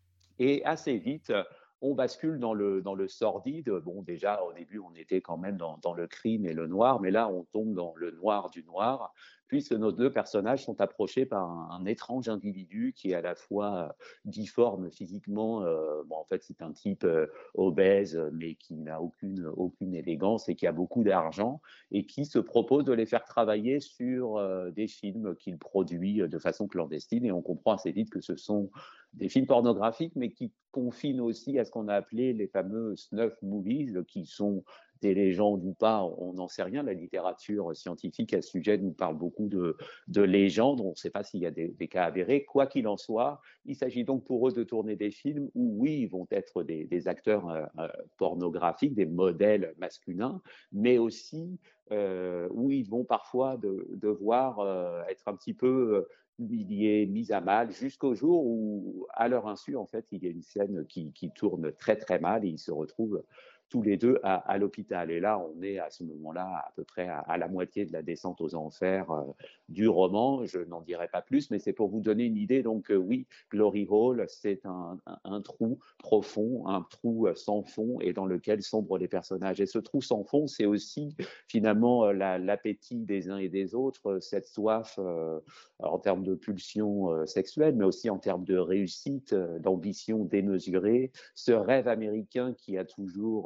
Et assez vite, on bascule dans le, dans le sordide. Bon, déjà, au début, on était quand même dans, dans le crime et le noir, mais là, on tombe dans le noir du noir, puisque nos deux personnages sont approchés par un, un étrange individu qui est à la fois difforme physiquement. Euh, bon, en fait, c'est un type euh, obèse, mais qui n'a aucune, aucune élégance et qui a beaucoup d'argent, et qui se propose de les faire travailler sur euh, des films qu'il produit de façon clandestine. Et on comprend assez vite que ce sont des films pornographiques, mais qui confinent aussi à ce qu'on a appelé les fameux snuff movies, qui sont des légendes ou pas, on n'en sait rien. La littérature scientifique à ce sujet nous parle beaucoup de, de légendes. On ne sait pas s'il y a des, des cas avérés. Quoi qu'il en soit, il s'agit donc pour eux de tourner des films où, oui, ils vont être des, des acteurs euh, pornographiques, des modèles masculins, mais aussi euh, où ils vont parfois de, devoir euh, être un petit peu humiliés, mis à mal, jusqu'au jour où, à leur insu, en fait, il y a une scène qui, qui tourne très très mal, et ils se retrouvent tous les deux à, à l'hôpital. Et là, on est à ce moment-là à peu près à, à la moitié de la descente aux enfers euh, du roman. Je n'en dirai pas plus, mais c'est pour vous donner une idée. Donc euh, oui, Glory Hall, c'est un, un, un trou profond, un trou sans fond, et dans lequel sombrent les personnages. Et ce trou sans fond, c'est aussi finalement la, l'appétit des uns et des autres, cette soif euh, en termes de pulsion euh, sexuelle, mais aussi en termes de réussite, euh, d'ambition démesurée, ce rêve américain qui a toujours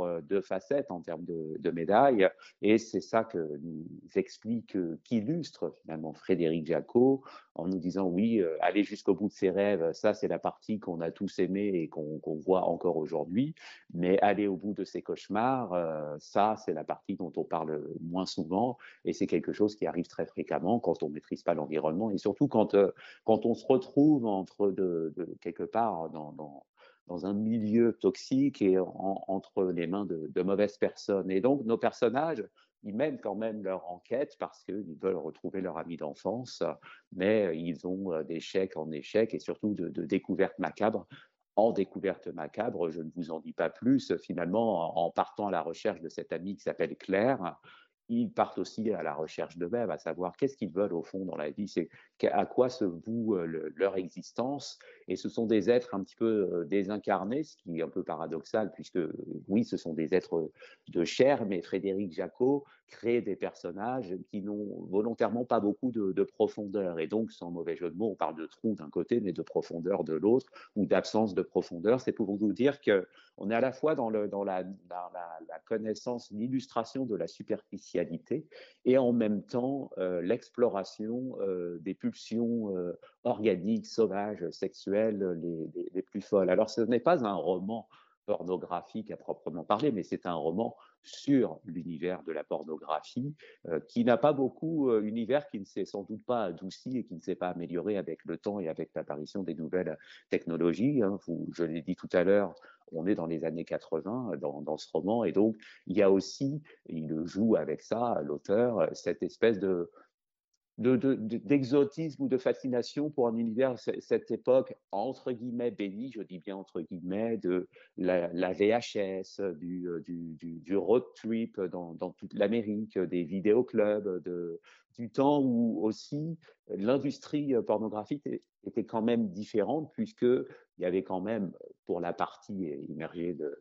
euh, deux facettes en termes de, de médailles. Et c'est ça que nous explique, euh, qu'illustre finalement Frédéric Jacot en nous disant oui, euh, aller jusqu'au bout de ses rêves, ça c'est la partie qu'on a tous aimée et qu'on qu'on voit encore aujourd'hui. Mais aller au bout de ses cauchemars, euh, ça c'est la partie dont on parle moins souvent. Et c'est quelque chose qui arrive très fréquemment quand on ne maîtrise pas l'environnement et surtout quand, euh, quand on se retrouve entre de, de quelque part dans, dans, dans un milieu toxique et en, entre les mains de, de mauvaises personnes. Et donc nos personnages, ils mènent quand même leur enquête parce qu'ils veulent retrouver leur ami d'enfance, mais ils ont d'échec en échec et surtout de, de découvertes macabres en découverte macabre. Je ne vous en dis pas plus. Finalement, en partant à la recherche de cette amie qui s'appelle Claire, ils partent aussi à la recherche d'eux-mêmes, à savoir qu'est-ce qu'ils veulent au fond dans la vie, c'est à quoi se voue le, leur existence. Et ce sont des êtres un petit peu désincarnés, ce qui est un peu paradoxal, puisque oui, ce sont des êtres de chair, mais Frédéric Jacot crée des personnages qui n'ont volontairement pas beaucoup de, de profondeur. Et donc, sans mauvais jeu de mots, on parle de trou d'un côté, mais de profondeur de l'autre, ou d'absence de profondeur. C'est pour vous dire qu'on est à la fois dans, le, dans la, la, la, la connaissance, l'illustration de la superficialité, et en même temps euh, l'exploration euh, des pulsions euh, organiques, sauvages, sexuelles les, les, les plus folles. Alors ce n'est pas un roman pornographique à proprement parler, mais c'est un roman sur l'univers de la pornographie, euh, qui n'a pas beaucoup, euh, univers qui ne s'est sans doute pas adouci et qui ne s'est pas amélioré avec le temps et avec l'apparition des nouvelles technologies. Hein. Vous, je l'ai dit tout à l'heure, on est dans les années quatre-vingts dans, dans ce roman, et donc il y a aussi, il joue avec ça, l'auteur, cette espèce de De, de, d'exotisme ou de fascination pour un univers, cette époque entre guillemets bénie, je dis bien entre guillemets, de la, la V H S, du, du, du, du road trip dans, dans toute l'Amérique, des vidéoclubs, de, du temps où aussi l'industrie pornographique était quand même différente, puisqu'il y avait quand même, pour la partie immergée de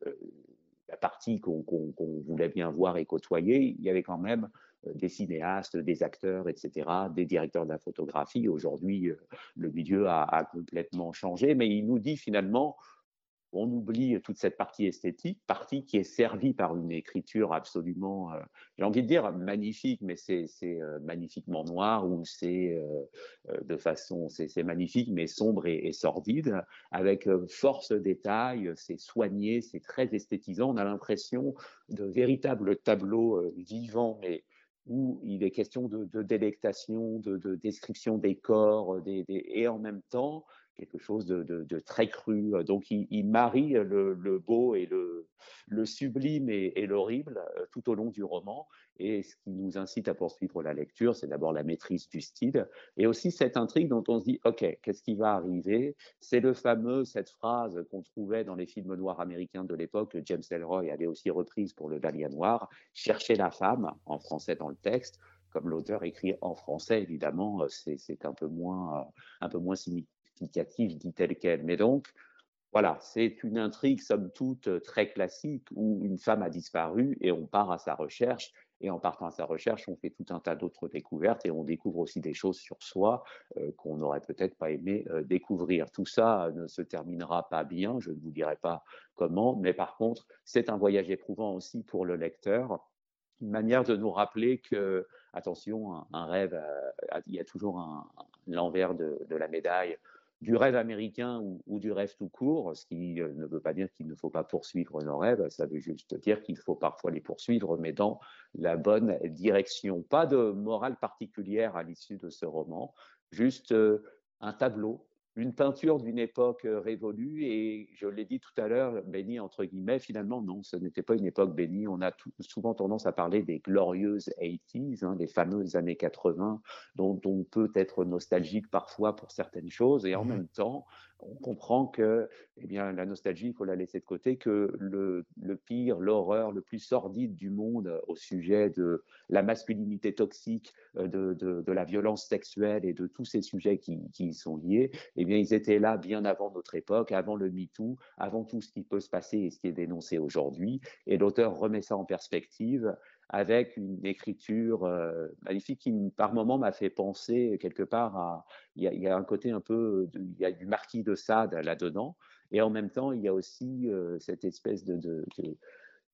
la partie qu'on, qu'on, qu'on voulait bien voir et côtoyer, il y avait quand même des cinéastes, des acteurs, et cetera, des directeurs de la photographie. Aujourd'hui, le milieu a, a complètement changé, mais il nous dit finalement, on oublie toute cette partie esthétique, partie qui est servie par une écriture absolument, euh, j'ai envie de dire magnifique, mais c'est, c'est euh, magnifiquement noir, ou c'est euh, de façon, c'est, c'est magnifique, mais sombre et, et sordide, avec euh, force détail, c'est soigné, c'est très esthétisant. On a l'impression de véritables tableaux euh, vivants, mais où il est question de, de délectation, de, de description des corps, des, des, et en même temps, quelque chose de, de, de très cru. Donc, il, il marie le, le beau et le, le sublime et, et l'horrible tout au long du roman. Et ce qui nous incite à poursuivre la lecture, c'est d'abord la maîtrise du style et aussi cette intrigue dont on se dit, OK, qu'est-ce qui va arriver? C'est le fameux, cette phrase qu'on trouvait dans les films noirs américains de l'époque, que James Ellroy avait aussi reprise pour Le Dahlia noir, chercher la femme, en français dans le texte. Comme l'auteur écrit en français, évidemment, c'est, c'est un peu moins, un peu moins significatif dit tel quel. Mais donc, voilà, c'est une intrigue, somme toute, très classique où une femme a disparu et on part à sa recherche. Et en partant à sa recherche, on fait tout un tas d'autres découvertes et on découvre aussi des choses sur soi euh, qu'on n'aurait peut-être pas aimé euh, découvrir. Tout ça ne se terminera pas bien, je ne vous dirai pas comment, mais par contre, c'est un voyage éprouvant aussi pour le lecteur. Une manière de nous rappeler que, attention, un, un rêve, euh, il y a toujours un, l'envers de, de la médaille du rêve américain ou, ou du rêve tout court, ce qui ne veut pas dire qu'il ne faut pas poursuivre nos rêves, ça veut juste dire qu'il faut parfois les poursuivre, mais dans la bonne direction. Pas de morale particulière à l'issue de ce roman, juste euh, un tableau, une peinture d'une époque révolue, et je l'ai dit tout à l'heure, bénie entre guillemets, finalement non, ce n'était pas une époque bénie. On a tout, souvent tendance à parler des glorieuses quatre-vingt-dix, hein, les fameuses années quatre-vingts, dont on peut être nostalgique parfois pour certaines choses, et en mmh. même temps, on comprend que eh bien, la nostalgie, il faut la laisser de côté, que le, le pire, l'horreur, le plus sordide du monde au sujet de la masculinité toxique, de, de, de la violence sexuelle et de tous ces sujets qui, qui y sont liés, eh bien, ils étaient là bien avant notre époque, avant le MeToo, avant tout ce qui peut se passer et ce qui est dénoncé aujourd'hui. Et l'auteur remet ça en perspective avec une écriture euh, magnifique qui, par moments, m'a fait penser quelque part à... Il y a, il y a un côté un peu... De, il y a du Marquis de Sade là-dedans, et en même temps, il y a aussi euh, cette espèce de... de, de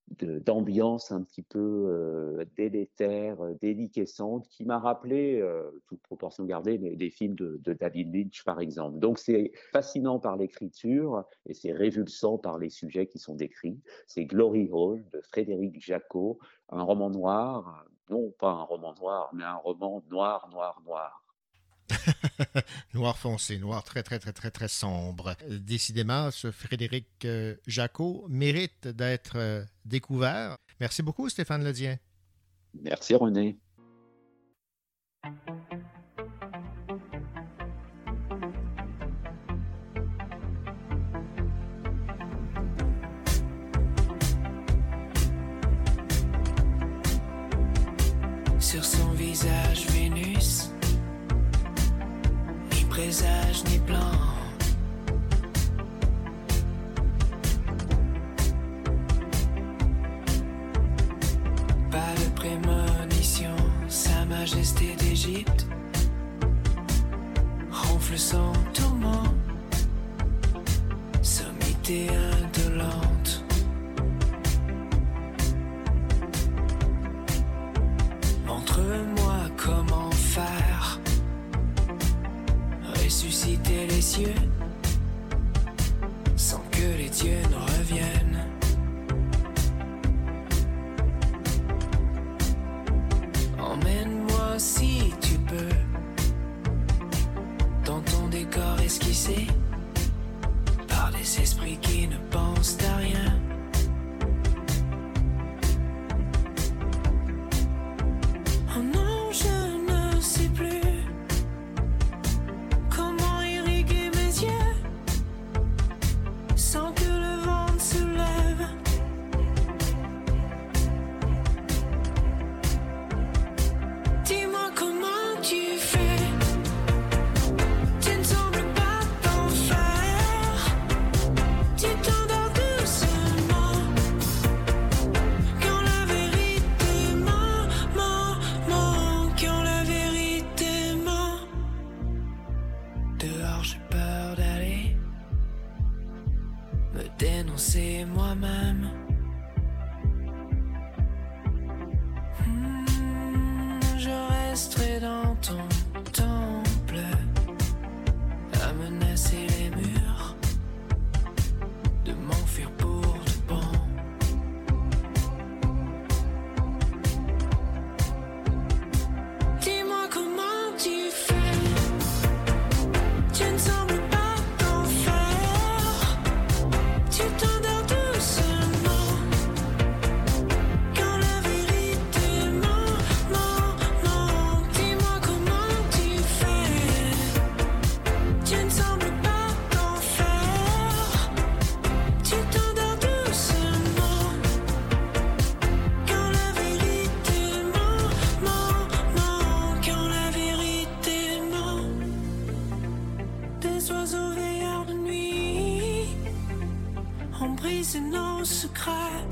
de, d'ambiance un petit peu euh, délétère, déliquescente, qui m'a rappelé, euh, toute proportion gardée, des, des films de, de David Lynch, par exemple. Donc, c'est fascinant par l'écriture et c'est révulsant par les sujets qui sont décrits. C'est Glory Hall de Frédéric Jacot, un roman noir, non pas un roman noir, mais un roman noir, noir, noir. Noir foncé, noir très, très, très, très, très sombre. Décidément, ce Frédéric euh, Jacot mérite d'être euh, découvert. Merci beaucoup, Stéphane Ledien. Merci, René. Sur son visage, Vénus, ni présage ni plan. Pas de prémonition, Sa Majesté d'Égypte ronfle son tourment, sommité indolente. Montre-moi comment faire ressusciter les cieux sans que les dieux ne reviennent. Emmène-moi si tu peux dans ton décor esquissé par des esprits qui ne pensent à rien. Oh non, je ne sais plus comment irriguer mes yeux sans que le vent ne se lève. Dis-moi comment tu fais, tu ne sembles pas t'en faire. Tu t'endors doucement quand la vérité ment, ment, ment, quand la vérité ment. Dehors j'ai peur d'aller me dénoncer moi-même. Hmm, je resterai dans ton temple à menacer les murs, de m'enfuir pour de bon. Dis-moi comment tu fais, tu ne sembles pas t'en faire. Tu t'endors doucement quand la vérité ment, ment, ment. Dis-moi comment tu fais, tu ne sembles pas t'en faire. Tu t'endors doucement quand la vérité ment, ment, ment, quand la vérité ment. Des oiseaux veilleurs de nuit ont brisé nos secrets.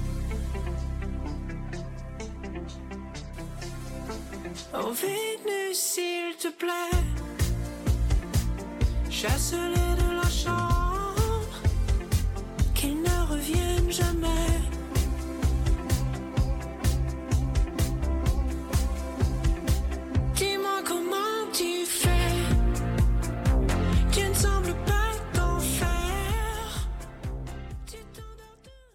Oh Vénus, s'il te plaît, chasse-les de la chambre, qu'ils ne reviennent jamais. Dis-moi comment tu fais, tu ne sembles pas t'en faire. Tu t'endors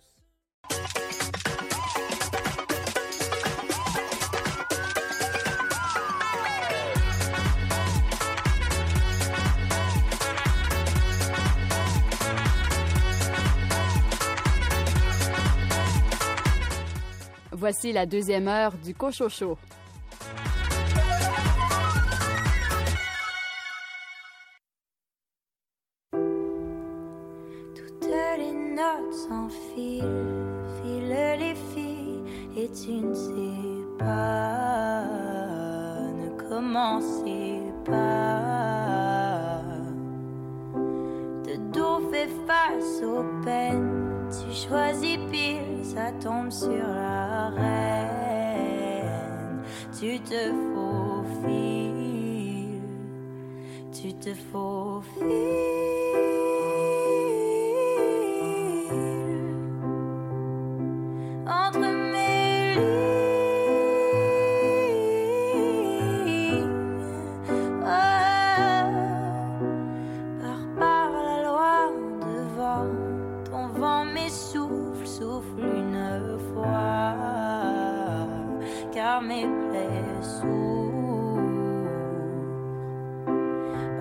Voici la deuxième heure du Cochocho. Toutes les notes s'enfilent, filent les filles, et tu ne sais pas, ne commencez pas. De dos fait face aux peines, tu choisis pile, ça tombe sur la reine. Tu te faufiles, tu te faufiles.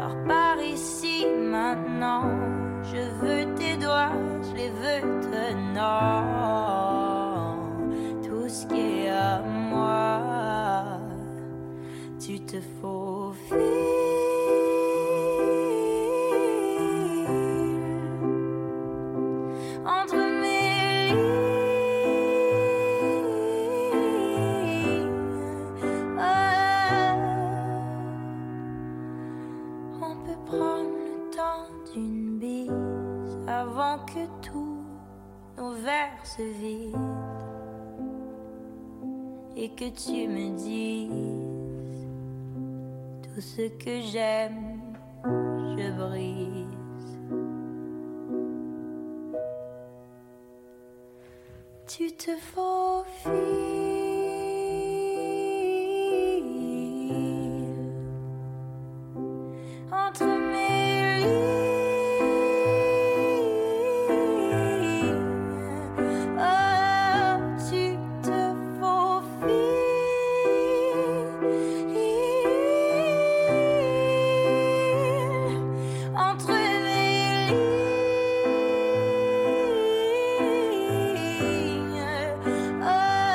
pars par ici maintenant. Je veux tes doigts, je les veux tenant. Tout ce qui est à moi, tu te faufiles entre mes lignes. Ah, on peut prendre le temps d'une bise avant que tous nos verres se vident et que tu me dises tout ce que j'aime, je brise. Tu te faufiles entre mes lignes. Oh, tu te faufiles entre mes lignes. Oh.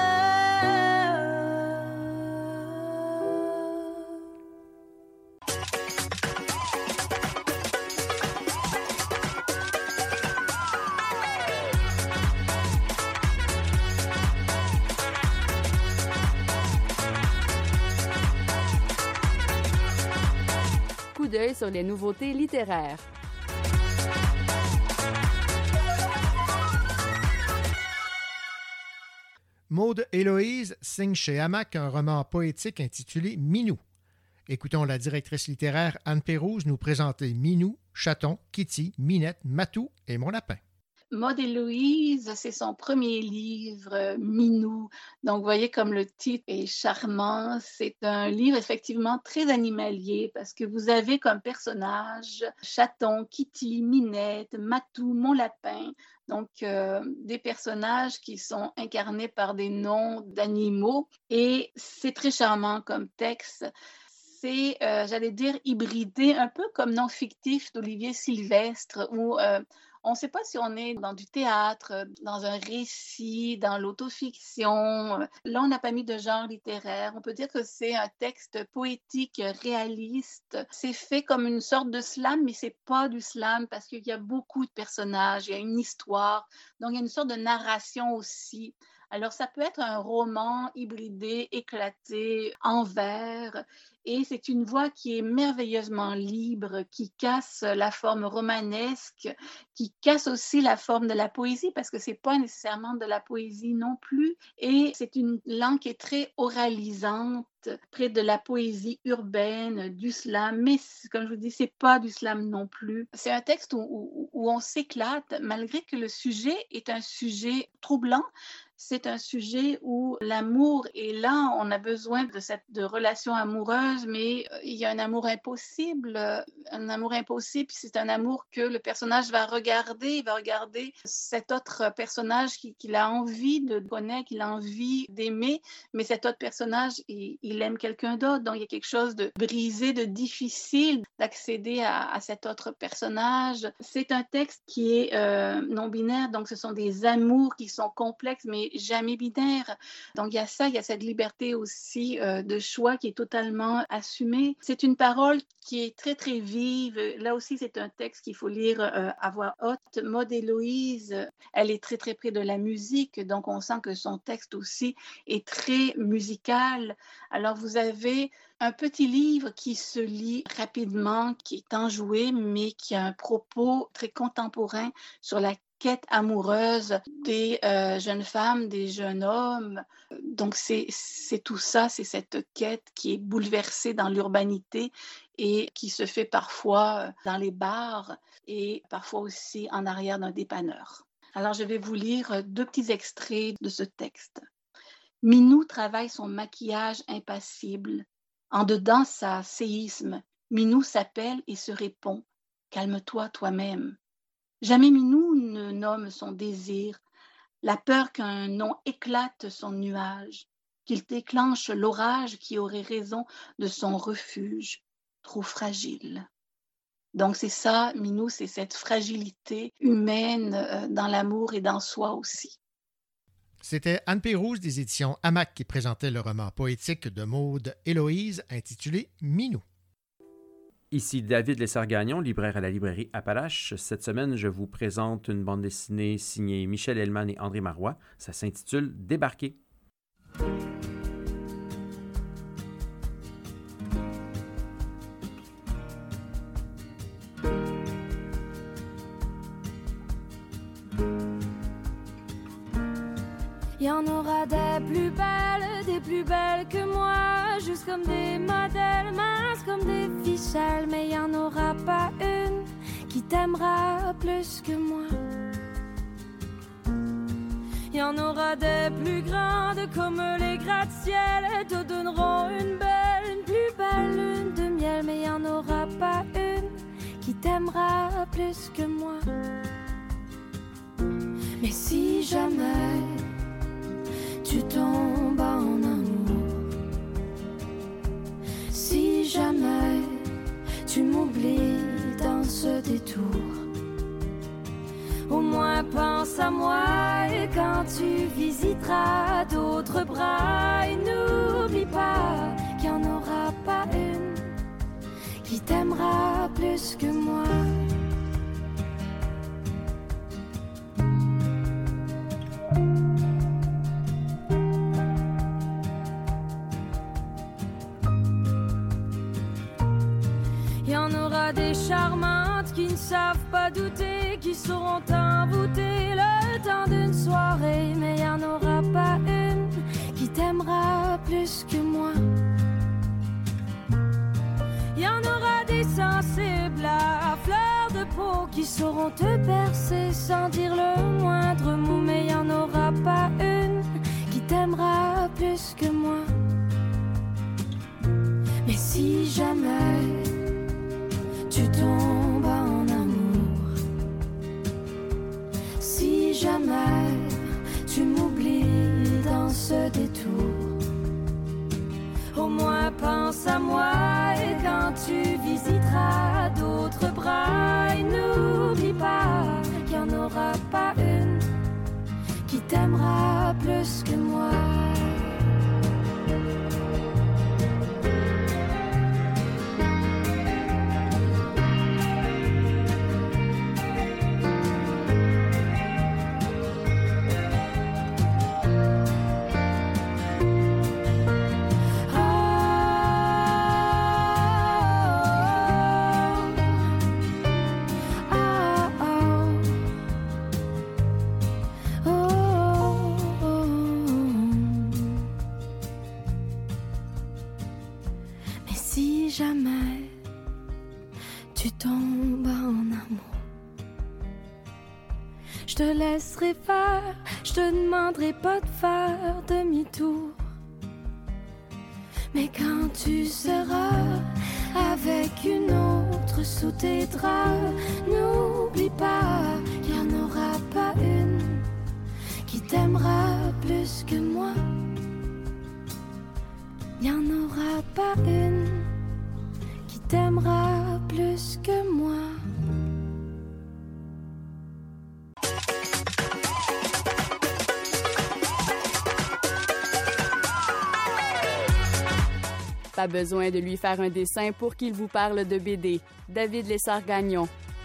Coup d'œil sur les nouveautés littéraires. Maude Héloïse signe chez Hamac un roman poétique intitulé Minou. Écoutons la directrice littéraire Anne Pérouse nous présenter Minou, Chaton, Kitty, Minette, Matou et Mon Lapin. Maude Héloïse, c'est son premier livre, euh, Minou. Donc, vous voyez comme le titre est charmant. C'est un livre effectivement très animalier parce que vous avez comme personnage Chaton, Kitty, Minette, Matou, Mon Lapin. Donc, euh, des personnages qui sont incarnés par des noms d'animaux. Et c'est très charmant comme texte. C'est, euh, j'allais dire, hybridé, un peu comme Non fictif d'Olivier Sylvestre, où euh, on ne sait pas si on est dans du théâtre, dans un récit, dans l'autofiction. Là, on n'a pas mis de genre littéraire. On peut dire que c'est un texte poétique, réaliste. C'est fait comme une sorte de slam, mais ce n'est pas du slam parce qu'il y a beaucoup de personnages, il y a une histoire. Donc, il y a une sorte de narration aussi. Alors, ça peut être un roman hybridé, éclaté, en vers, et c'est une voix qui est merveilleusement libre, qui casse la forme romanesque, qui casse aussi la forme de la poésie, parce que ce n'est pas nécessairement de la poésie non plus, et c'est une langue qui est très oralisante, près de la poésie urbaine, du slam, mais comme je vous dis, ce n'est pas du slam non plus. C'est un texte où, où, où on s'éclate, malgré que le sujet est un sujet troublant. C'est un sujet où l'amour est là, on a besoin de cette de relation amoureuse, mais il y a un amour impossible, un amour impossible, puis c'est un amour que le personnage va regarder, il va regarder cet autre personnage qu'il qui a envie de connaître, qu'il a envie d'aimer, mais cet autre personnage, il, il aime quelqu'un d'autre, donc il y a quelque chose de brisé, de difficile d'accéder à, à cet autre personnage. C'est un texte qui est euh, non-binaire, donc ce sont des amours qui sont complexes, mais jamais binaire. Donc, il y a ça, il y a cette liberté aussi euh, de choix qui est totalement assumée. C'est une parole qui est très, très vive. Là aussi, c'est un texte qu'il faut lire euh, à voix haute. Maude Héloïse, elle est très, très près de la musique. Donc, on sent que son texte aussi est très musical. Alors, vous avez un petit livre qui se lit rapidement, qui est enjoué, mais qui a un propos très contemporain sur la quête amoureuse des euh, jeunes femmes, des jeunes hommes. Donc, c'est, c'est tout ça, c'est cette quête qui est bouleversée dans l'urbanité et qui se fait parfois dans les bars et parfois aussi en arrière d'un dépanneur. Alors, je vais vous lire deux petits extraits de ce texte. Minou travaille son maquillage impassible. En dedans sa séisme, Minou s'appelle et se répond « Calme-toi toi-même ». Jamais Minou ne nomme son désir, la peur qu'un nom éclate son nuage, qu'il déclenche l'orage qui aurait raison de son refuge, trop fragile. Donc, c'est ça, Minou, c'est cette fragilité humaine euh, dans l'amour et dans soi aussi. C'était Anne Pérouse des éditions Hamac qui présentait le roman poétique de Maude Héloïse intitulé Minou. Ici David Lessard-Gagnon, libraire à la librairie Appalache. Cette semaine, je vous présente une bande dessinée signée Michel Hellman et André Marois. Ça s'intitule Débarquer. Il y en aura des plus belles, des plus belles que moi, juste comme des modèles minces, comme des ficelles. Mais il y en aura pas une qui t'aimera plus que moi. Il y en aura des plus grandes comme les gratte-ciel, elles te donneront une belle, une plus belle lune de miel. Mais il y en aura pas une qui t'aimera plus que moi. Mais si jamais tu tombes en amour, si jamais tu m'oublies dans ce détour, au moins pense à moi et quand tu visiteras d'autres bras, et n'oublie pas qu'il n'y en aura pas une qui t'aimera plus que moi. Il y en aura des charmantes qui ne savent pas douter, qui sauront t'envoûter le temps d'une soirée. Mais il y en aura pas une qui t'aimera plus que moi. Il y en aura des sensibles à fleur de peau qui sauront te percer sans dire le moindre mot. Mais il y en aura pas une qui t'aimera plus que moi. Mais si jamais tu tombes en amour, si jamais tu m'oublies dans ce détour, au moins pense à moi et quand tu visiteras d'autres bras, et n'oublie pas qu'il n'y en aura pas une qui t'aimera plus que moi. Jamais tu tombes en amour, je te laisserai faire, je te demanderai pas de faire demi-tour. Mais quand tu seras avec une autre sous tes draps, n'oublie pas qu'il n'y en aura pas une qui t'aimera plus que moi. Il n'y en aura pas une t'aimeras plus que moi. Pas besoin de lui faire un dessin pour qu'il vous parle de B D. David Lessard-Gagnon.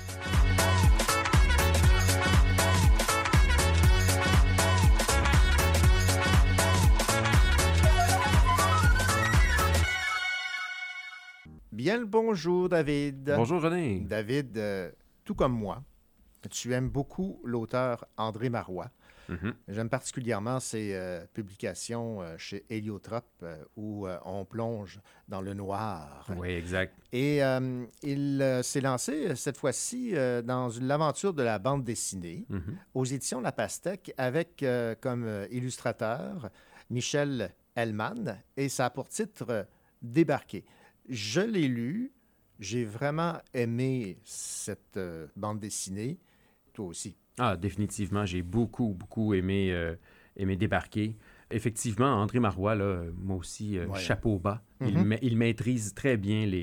Bien le bonjour, David. Bonjour, René. David, euh, tout comme moi, tu aimes beaucoup l'auteur André Marois. Mm-hmm. J'aime particulièrement ses euh, publications euh, chez Héliotrope euh, où euh, on plonge dans le noir. Oui, exact. Et euh, il euh, s'est lancé cette fois-ci euh, dans une l'aventure de la bande dessinée mm-hmm. aux éditions La Pastèque avec euh, comme euh, illustrateur Michel Hellman et ça a pour titre euh, Débarquer. Je l'ai lu, j'ai vraiment aimé cette euh, bande dessinée. Toi aussi. Ah, définitivement, j'ai beaucoup, beaucoup aimé, euh, aimé Débarquer. Effectivement, André Marois, là, moi aussi, euh, ouais. chapeau bas. Mm-hmm. Il, ma- il maîtrise très bien les,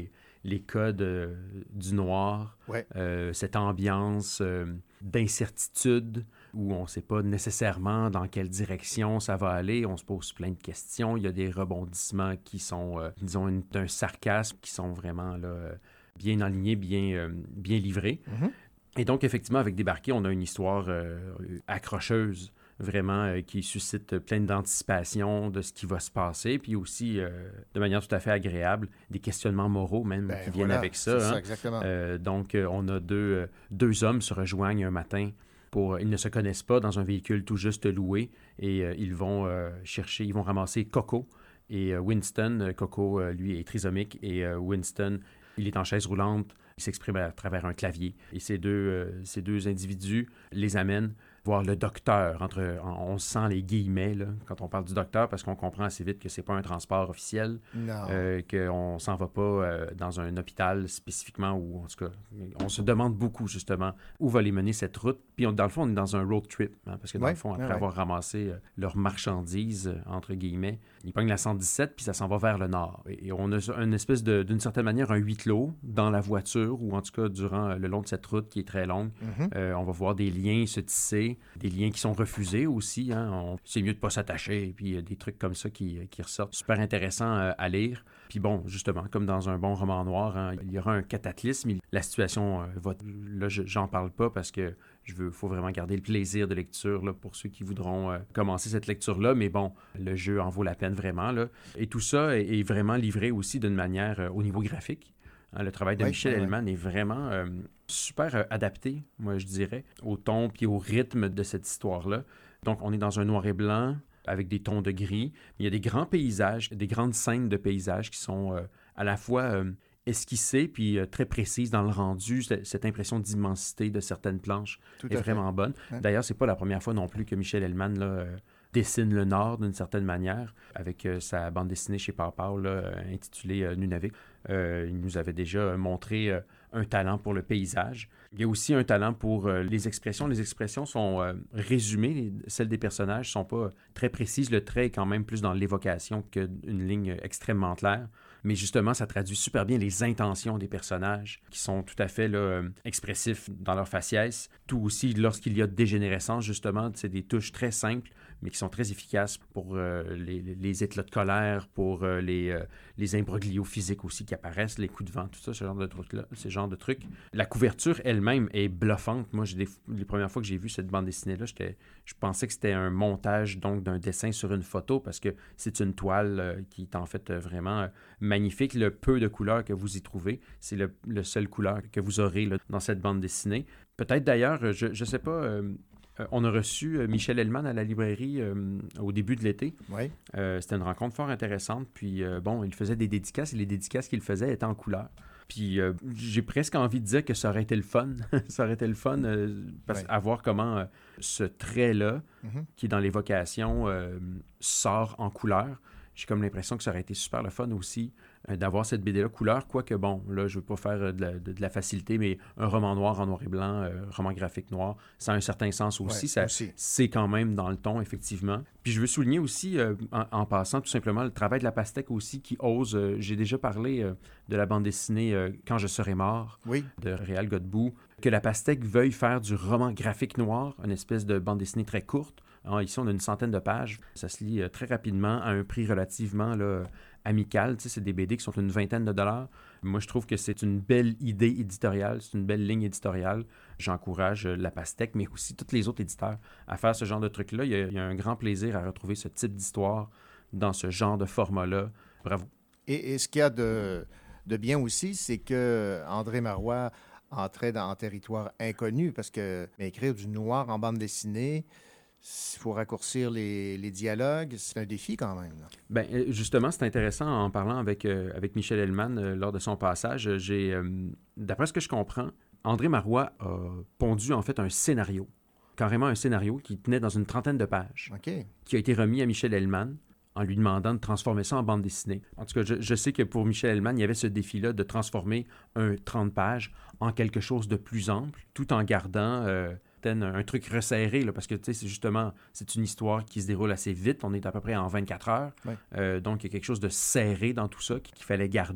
les codes euh, du noir, ouais. euh, cette ambiance euh, d'incertitude où on ne sait pas nécessairement dans quelle direction ça va aller. On se pose plein de questions. Il y a des rebondissements qui sont, euh, disons, une, d'un sarcasme qui sont vraiment là, euh, bien alignés, bien, euh, bien livrés. Mm-hmm. Et donc, effectivement, avec Débarqué, on a une histoire euh, accrocheuse, vraiment, euh, qui suscite plein d'anticipation de ce qui va se passer, puis aussi, euh, de manière tout à fait agréable, des questionnements moraux même ben, qui viennent voilà, avec ça. C'est hein. ça, exactement. Euh, donc, euh, on a deux, euh, deux hommes se rejoignent un matin. Pour, ils ne se connaissent pas dans un véhicule tout juste loué et euh, ils vont euh, chercher, ils vont ramasser Coco et euh, Winston. Coco, euh, lui, est trisomique et euh, Winston, il est en chaise roulante. Il s'exprime à travers un clavier. Et ces deux, euh, ces deux individus les amènent voir le docteur. Entre, on sent les guillemets là, quand on parle du docteur parce qu'on comprend assez vite que c'est pas un transport officiel, euh, qu'on s'en va pas euh, dans un hôpital spécifiquement ou en tout cas, on se demande beaucoup justement où va les mener cette route. Puis on, dans le fond, on est dans un road trip hein, parce que dans ouais, le fond, après ouais, avoir ouais. ramassé euh, leurs marchandises, euh, entre guillemets, ils pognent la cent dix-sept puis ça s'en va vers le nord. Et, et on a une espèce de, d'une certaine manière, un huis clos dans la voiture ou en tout cas durant euh, le long de cette route qui est très longue. Mm-hmm. Euh, on va voir des liens se tisser, des liens qui sont refusés aussi. Hein. On, c'est mieux de ne pas s'attacher, et puis euh, des trucs comme ça qui, qui ressortent. Super intéressant euh, à lire. Puis bon, justement, comme dans un bon roman noir, hein, il y aura un cataclysme. La situation, euh, va... là, je, j'en parle pas parce que je veux, faut vraiment garder le plaisir de lecture là, pour ceux qui voudront euh, commencer cette lecture-là. Mais bon, le jeu en vaut la peine vraiment. Là. Et tout ça est, est vraiment livré aussi d'une manière euh, au niveau graphique. Hein, le travail de oui, Michel oui, Hellman est vraiment euh, super euh, adapté, moi je dirais, au ton puis au rythme de cette histoire-là. Donc on est dans un noir et blanc avec des tons de gris. Il y a des grands paysages, des grandes scènes de paysages qui sont euh, à la fois euh, esquissées puis euh, très précises dans le rendu. Cette impression d'immensité de certaines planches Tout est vraiment fait. bonne. Ouais. D'ailleurs, c'est pas la première fois non plus que Michel Hellman là, euh, dessine le Nord d'une certaine manière avec euh, sa bande dessinée chez Pau-Pau là, intitulée euh, Nunavik. Euh, il nous avait déjà montré euh, un talent pour le paysage. Il y a aussi un talent pour euh, les expressions. Les expressions sont euh, résumées. Les, celles des personnages ne sont pas très précises. Le trait est quand même plus dans l'évocation qu'une ligne extrêmement claire. Mais justement, ça traduit super bien les intentions des personnages qui sont tout à fait là, euh, expressifs dans leur faciès. Tout aussi, lorsqu'il y a dégénérescence, justement, c'est des touches très simples, mais qui sont très efficaces pour euh, les, les éclats de colère, pour euh, les, euh, les imbroglios physiques aussi qui apparaissent, les coups de vent, tout ça, ce genre de trucs-là, ce genre de trucs. La couverture elle-même est bluffante. Moi, j'ai des, les premières fois que j'ai vu cette bande dessinée-là, j'étais, je pensais que c'était un montage donc d'un dessin sur une photo parce que c'est une toile euh, qui est en fait euh, vraiment euh, magnifique. Le peu de couleurs que vous y trouvez, c'est le, le seul couleur que vous aurez là, dans cette bande dessinée. Peut-être d'ailleurs, je ne sais pas... Euh, Euh, on a reçu euh, Michel Hellman à la librairie euh, au début de l'été. Oui. Euh, c'était une rencontre fort intéressante. Puis, euh, bon, il faisait des dédicaces et les dédicaces qu'il faisait étaient en couleur. Puis, euh, j'ai presque envie de dire que ça aurait été le fun. ça aurait été le fun euh, parce, ouais. à voir comment euh, ce trait-là, mm-hmm. qui est dans l'évocation, euh, sort en couleur. J'ai comme l'impression que ça aurait été super le fun aussi euh, d'avoir cette B D-là couleur, quoique bon, là, je veux pas faire euh, de, la, de, de la facilité, mais un roman noir en noir et blanc, euh, roman graphique noir, ça a un certain sens aussi. Ouais, ça, aussi. C'est quand même dans le ton, effectivement. Puis je veux souligner aussi, euh, en, en passant tout simplement, le travail de la pastèque aussi qui ose, euh, j'ai déjà parlé euh, de la bande dessinée euh, Quand je serai mort, oui. de Réal Godbout, que la pastèque veuille faire du roman graphique noir, une espèce de bande dessinée très courte. Alors, ici, on a une centaine de pages. Ça se lit euh, très rapidement à un prix relativement là, amical. Tu sais, c'est des B D qui sont une vingtaine de dollars. Moi, je trouve que c'est une belle idée éditoriale. C'est une belle ligne éditoriale. J'encourage euh, la Pastèque, mais aussi tous les autres éditeurs à faire ce genre de truc-là. Il y a, il y a un grand plaisir à retrouver ce type d'histoire dans ce genre de format-là. Bravo. Et, et ce qu'il y a de, de bien aussi, c'est que André Marois entrait dans un territoire inconnu parce que mais écrire du noir en bande dessinée, il faut raccourcir les, les dialogues. C'est un défi quand même. Bien, justement, c'est intéressant en parlant avec, euh, avec Michel Hellman euh, lors de son passage. J'ai, euh, d'après ce que je comprends, André Marois a pondu en fait un scénario, carrément un scénario qui tenait dans une trentaine de pages, okay. qui a été remis à Michel Hellman en lui demandant de transformer ça en bande dessinée. En tout cas, je, je sais que pour Michel Hellman, il y avait ce défi-là de transformer un trente pages en quelque chose de plus ample, tout en gardant... Euh, un truc resserré, là, parce que, tu sais, c'est justement, c'est une histoire qui se déroule assez vite. On est à peu près en vingt-quatre heures. Ouais. Euh, donc, il y a quelque chose de serré dans tout ça qu'il fallait garder,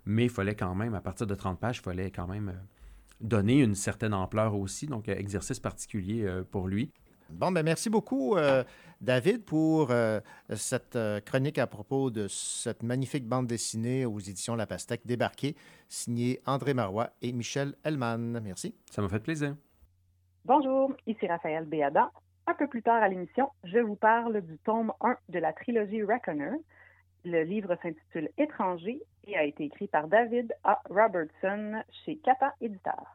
mais il fallait quand même, à partir de trente pages, il fallait quand même euh, donner une certaine ampleur aussi, donc euh, exercice particulier euh, pour lui. Bon, ben merci beaucoup, euh, David, pour euh, cette euh, chronique à propos de cette magnifique bande dessinée aux éditions La Pastèque Débarquée, signée André Marois et Michel Hellman. Merci. Ça m'a fait plaisir. Bonjour, ici Raphaël Béadan. Un peu plus tard à l'émission, je vous parle du tome un de la trilogie Reckoner. Le livre s'intitule Étranger et a été écrit par David A. Robertson chez Kappa Éditeur.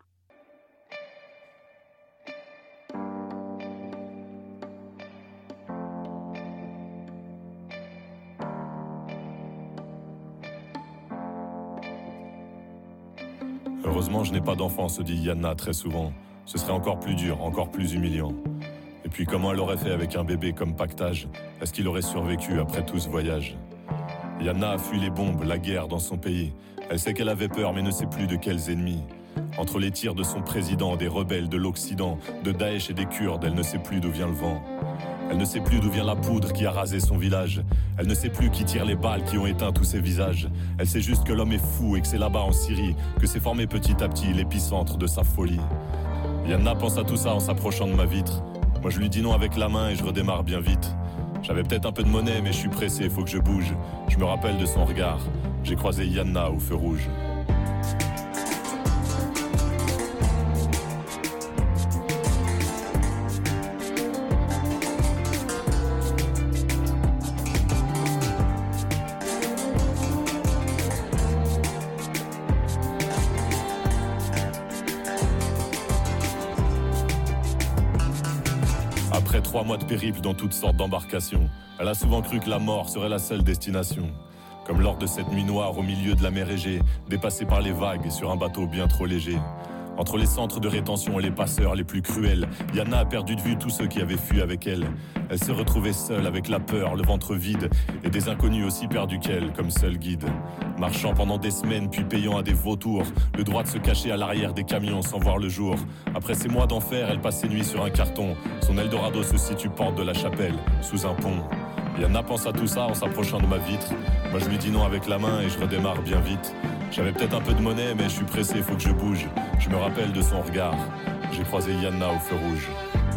Heureusement, je n'ai pas d'enfant, se dit Yana très souvent. Ce serait encore plus dur, encore plus humiliant. Et puis comment elle aurait fait avec un bébé comme pactage? Est-ce qu'il aurait survécu après tout ce voyage? Yana a fui les bombes, la guerre dans son pays. Elle sait qu'elle avait peur mais ne sait plus de quels ennemis. Entre les tirs de son président, des rebelles de l'Occident, de Daesh et des Kurdes, elle ne sait plus d'où vient le vent. Elle ne sait plus d'où vient la poudre qui a rasé son village. Elle ne sait plus qui tire les balles qui ont éteint tous ses visages. Elle sait juste que l'homme est fou et que c'est là-bas en Syrie que s'est formé petit à petit l'épicentre de sa folie. Yana pense à tout ça en s'approchant de ma vitre. Moi je lui dis non avec la main et je redémarre bien vite. J'avais peut-être un peu de monnaie mais je suis pressé, faut que je bouge. Je me rappelle de son regard. J'ai croisé Yana au feu rouge. Après trois mois de périple dans toutes sortes d'embarcations, elle a souvent cru que la mort serait la seule destination. Comme lors de cette nuit noire au milieu de la mer Égée, dépassée par les vagues sur un bateau bien trop léger. Entre les centres de rétention et les passeurs les plus cruels, Yana a perdu de vue tous ceux qui avaient fui avec elle. Elle s'est retrouvée seule avec la peur, le ventre vide, et des inconnus aussi perdus qu'elle, comme seul guide. Marchant pendant des semaines, puis payant à des vautours, le droit de se cacher à l'arrière des camions sans voir le jour. Après ces mois d'enfer, elle passe ses nuits sur un carton. Son Eldorado se situe porte de la Chapelle, sous un pont. Yana pense à tout ça en s'approchant de ma vitre. Moi je lui dis non avec la main et je redémarre bien vite. J'avais peut-être un peu de monnaie mais je suis pressé, faut que je bouge. Je me rappelle de son regard. J'ai croisé Yana au feu rouge.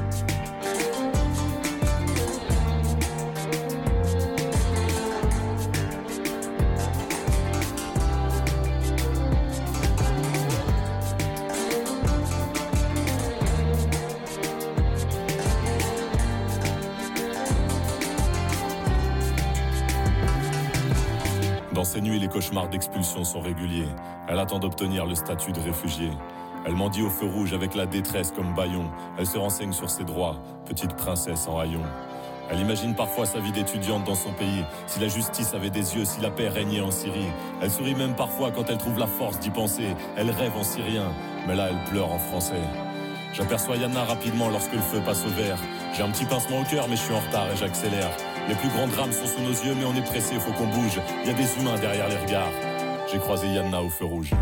Dans ces nuits, les cauchemars d'expulsion sont réguliers. Elle attend d'obtenir le statut de réfugié. Elle mendie au feu rouge avec la détresse comme bâillon. Elle se renseigne sur ses droits, petite princesse en haillons. Elle imagine parfois sa vie d'étudiante dans son pays. Si la justice avait des yeux, si la paix régnait en Syrie. Elle sourit même parfois quand elle trouve la force d'y penser. Elle rêve en syrien, mais là elle pleure en français. J'aperçois Yana rapidement lorsque le feu passe au vert. J'ai un petit pincement au cœur mais je suis en retard et j'accélère. Les plus grands drames sont sous nos yeux mais on est pressé, faut qu'on bouge. Il y a des humains derrière les regards. J'ai croisé Yana au feu rouge.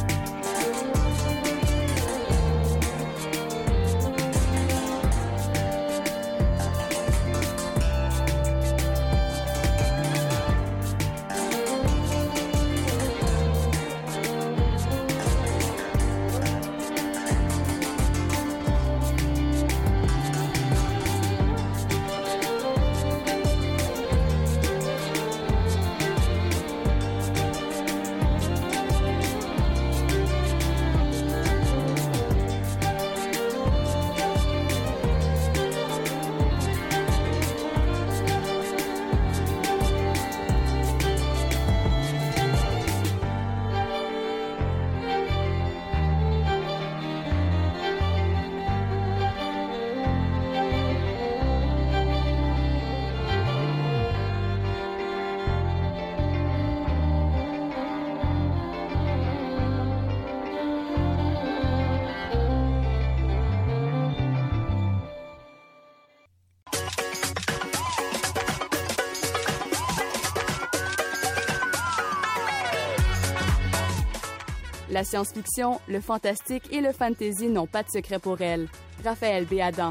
La science-fiction, le fantastique et le fantasy n'ont pas de secret pour elle. Raphaël Béadan.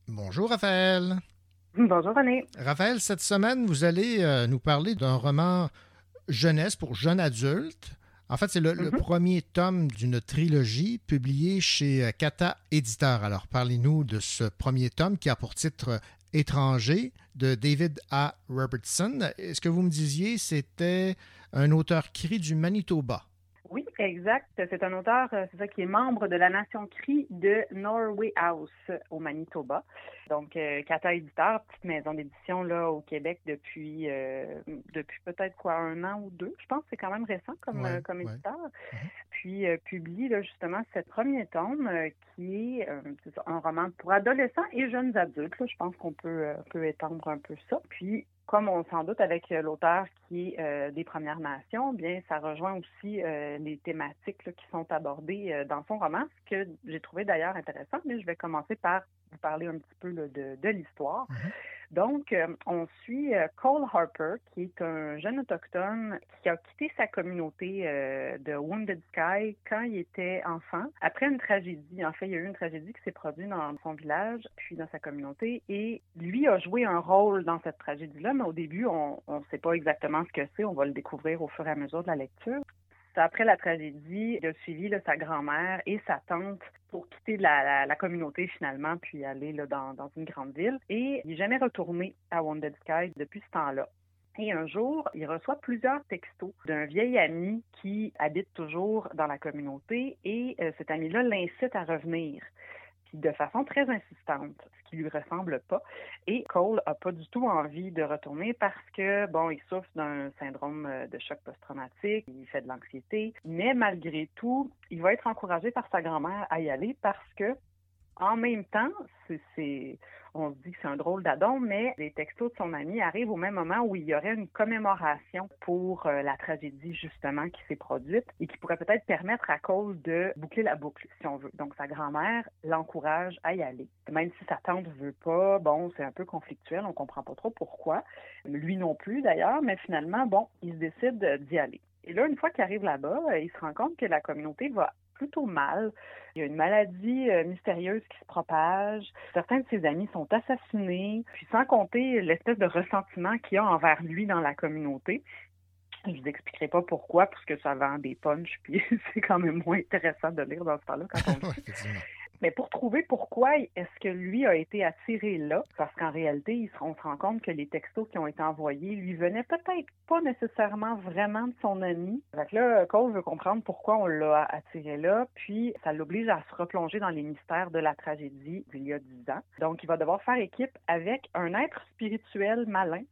Bonjour Raphaël. Bonjour René. Raphaël, cette semaine, vous allez euh, nous parler d'un roman jeunesse pour jeunes adultes. En fait, c'est le, mm-hmm. le premier tome d'une trilogie publiée chez Kata Éditeur. Alors, parlez-nous de ce premier tome qui a pour titre « Étranger » de David A. Robertson. Est-ce que vous me disiez c'était un auteur cri du Manitoba? Oui, exact. C'est un auteur, c'est ça, qui est membre de la Nation Cri de Norway House au Manitoba. Donc, euh, Kata Éditeur, petite maison d'édition là au Québec depuis euh, depuis peut-être quoi un an ou deux. Je pense que c'est quand même récent comme ouais, euh, comme ouais. éditeur. Mm-hmm. Puis euh, publie là justement ce premier tome euh, qui est, euh, c'est ça, un roman pour adolescents et jeunes adultes. Là. Je pense qu'on peut euh, peut étendre un peu ça. Puis comme on s'en doute avec l'auteur qui est euh, des Premières Nations, bien ça rejoint aussi euh, les thématiques là, qui sont abordées euh, dans son roman, ce que j'ai trouvé d'ailleurs intéressant. Mais je vais commencer par vous parler un petit peu là, de, de l'histoire. Mm-hmm. Donc, euh, on suit euh, Cole Harper, qui est un jeune autochtone qui a quitté sa communauté euh, de Wounded Sky quand il était enfant, après une tragédie. En fait, il y a eu une tragédie qui s'est produite dans son village, puis dans sa communauté, et lui a joué un rôle dans cette tragédie-là, mais au début, on ne sait pas exactement ce que c'est. On va le découvrir au fur et à mesure de la lecture. Après la tragédie, il a suivi là, sa grand-mère et sa tante pour quitter la, la, la communauté finalement, puis aller là, dans, dans une grande ville. Et il n'est jamais retourné à Wounded Sky depuis ce temps-là. Et un jour, il reçoit plusieurs textos d'un vieil ami qui habite toujours dans la communauté et euh, cet ami-là l'incite à revenir. De façon très insistante, ce qui lui ressemble pas. Et Cole a pas du tout envie de retourner parce que, bon, il souffre d'un syndrome de choc post-traumatique, il fait de l'anxiété, mais malgré tout, il va être encouragé par sa grand-mère à y aller parce que, en même temps, c'est, c'est, on se dit que c'est un drôle d'adon, mais les textos de son ami arrivent au même moment où il y aurait une commémoration pour euh, la tragédie, justement, qui s'est produite et qui pourrait peut-être permettre à Cole de boucler la boucle, si on veut. Donc, sa grand-mère l'encourage à y aller. Même si sa tante ne veut pas, bon, c'est un peu conflictuel, on comprend pas trop pourquoi. Lui non plus, d'ailleurs, mais finalement, bon, il se décide d'y aller. Et là, une fois qu'il arrive là-bas, il se rend compte que la communauté va plutôt mal. Il y a une maladie euh, mystérieuse qui se propage. Certains de ses amis sont assassinés. Puis sans compter l'espèce de ressentiment qu'il y a envers lui dans la communauté. Je vous expliquerai pas pourquoi, parce que ça vend des punchs, puis c'est quand même moins intéressant de lire dans ce temps-là quand on le sait. Mais pour trouver pourquoi est-ce que lui a été attiré là, parce qu'en réalité, on se rend compte que les textos qui ont été envoyés lui venaient peut-être pas nécessairement vraiment de son ami. Donc là, Cole veut comprendre pourquoi on l'a attiré là, puis ça l'oblige à se replonger dans les mystères de la tragédie d'il y a dix ans. Donc, il va devoir faire équipe avec un être spirituel malin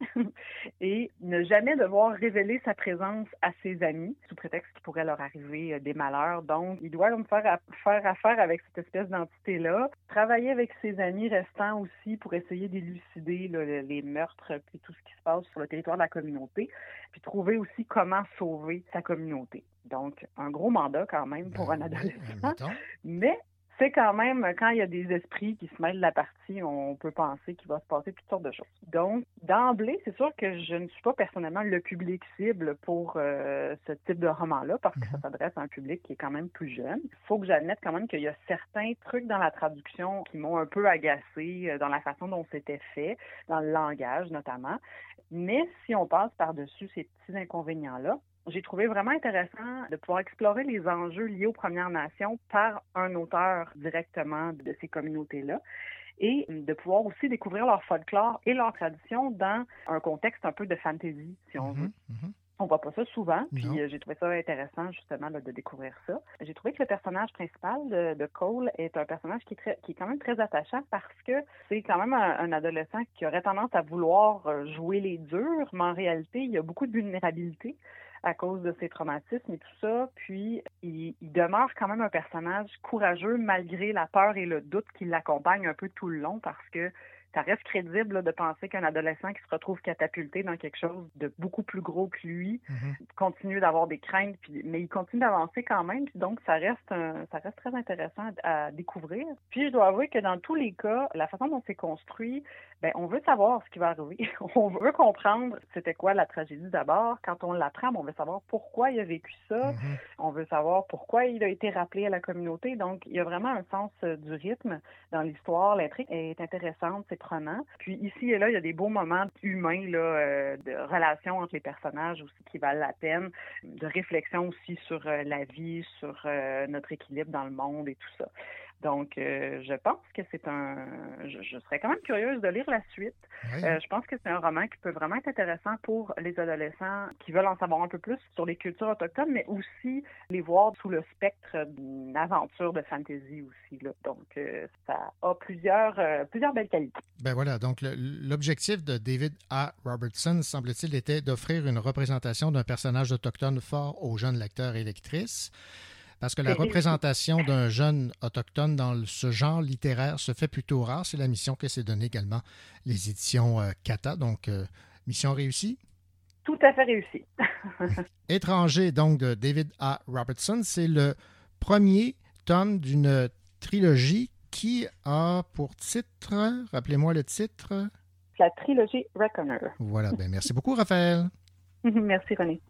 et ne jamais devoir révéler sa présence à ses amis, sous prétexte qu'il pourrait leur arriver des malheurs. Donc, il doit faire, faire affaire avec cette espèce d'entité-là, travailler avec ses amis restants aussi pour essayer d'élucider là, les meurtres et tout ce qui se passe sur le territoire de la communauté, puis trouver aussi comment sauver sa communauté. Donc, un gros mandat quand même pour un adolescent, mais c'est quand même, quand il y a des esprits qui se mêlent de la partie, on peut penser qu'il va se passer toutes sortes de choses. Donc, d'emblée, c'est sûr que je ne suis pas personnellement le public cible pour euh, ce type de roman-là, parce que ça s'adresse à un public qui est quand même plus jeune. Il faut que j'admette quand même qu'il y a certains trucs dans la traduction qui m'ont un peu agacée, dans la façon dont c'était fait, dans le langage notamment. Mais si on passe par-dessus ces petits inconvénients-là, j'ai trouvé vraiment intéressant de pouvoir explorer les enjeux liés aux Premières Nations par un auteur directement de ces communautés-là et de pouvoir aussi découvrir leur folklore et leur tradition dans un contexte un peu de fantasy, si on veut. Mm-hmm. On voit pas ça souvent, puis non. J'ai trouvé ça intéressant justement là, de découvrir ça. J'ai trouvé que le personnage principal de, de Cole est un personnage qui est, très, qui est quand même très attachant parce que c'est quand même un, un adolescent qui aurait tendance à vouloir jouer les durs, mais en réalité, il y a beaucoup de vulnérabilité à cause de ses traumatismes et tout ça. Puis, il, il demeure quand même un personnage courageux malgré la peur et le doute qui l'accompagnent un peu tout le long parce que ça reste crédible là, de penser qu'un adolescent qui se retrouve catapulté dans quelque chose de beaucoup plus gros que lui mm-hmm. continue d'avoir des craintes, puis, mais il continue d'avancer quand même. Puis donc, ça reste, un, ça reste très intéressant à, à découvrir. Puis, je dois avouer que dans tous les cas, la façon dont c'est construit, ben, on veut savoir ce qui va arriver. On veut comprendre c'était quoi la tragédie d'abord. Quand on l'apprend, on veut savoir pourquoi il a vécu ça. Mm-hmm. On veut savoir pourquoi il a été rappelé à la communauté. Donc, il y a vraiment un sens euh, du rythme dans l'histoire. L'intrigue est intéressante, c'est prenant. Puis ici et là, il y a des beaux moments humains, là, euh, de relations entre les personnages aussi qui valent la peine, de réflexion aussi sur euh, la vie, sur euh, notre équilibre dans le monde et tout ça. Donc, euh, je pense que c'est un... Je, je serais quand même curieuse de lire la suite. Oui. Euh, je pense que c'est un roman qui peut vraiment être intéressant pour les adolescents qui veulent en savoir un peu plus sur les cultures autochtones, mais aussi les voir sous le spectre d'une aventure de fantasy aussi, là. Donc, euh, ça a plusieurs, euh, plusieurs belles qualités. Ben voilà, donc le, l'objectif de David A. Robertson, semble-t-il, était d'offrir une représentation d'un personnage autochtone fort aux jeunes lecteurs et lectrices. Parce que la représentation d'un jeune autochtone dans ce genre littéraire se fait plutôt rare. C'est la mission que s'est donnée également les éditions euh, Cata. Donc, euh, mission réussie? Tout à fait réussie. Étranger, donc, de David A. Robertson, c'est le premier tome d'une trilogie qui a pour titre, rappelez-moi le titre? La trilogie Reckoner. Voilà, ben merci beaucoup, Raphaël. Merci, René.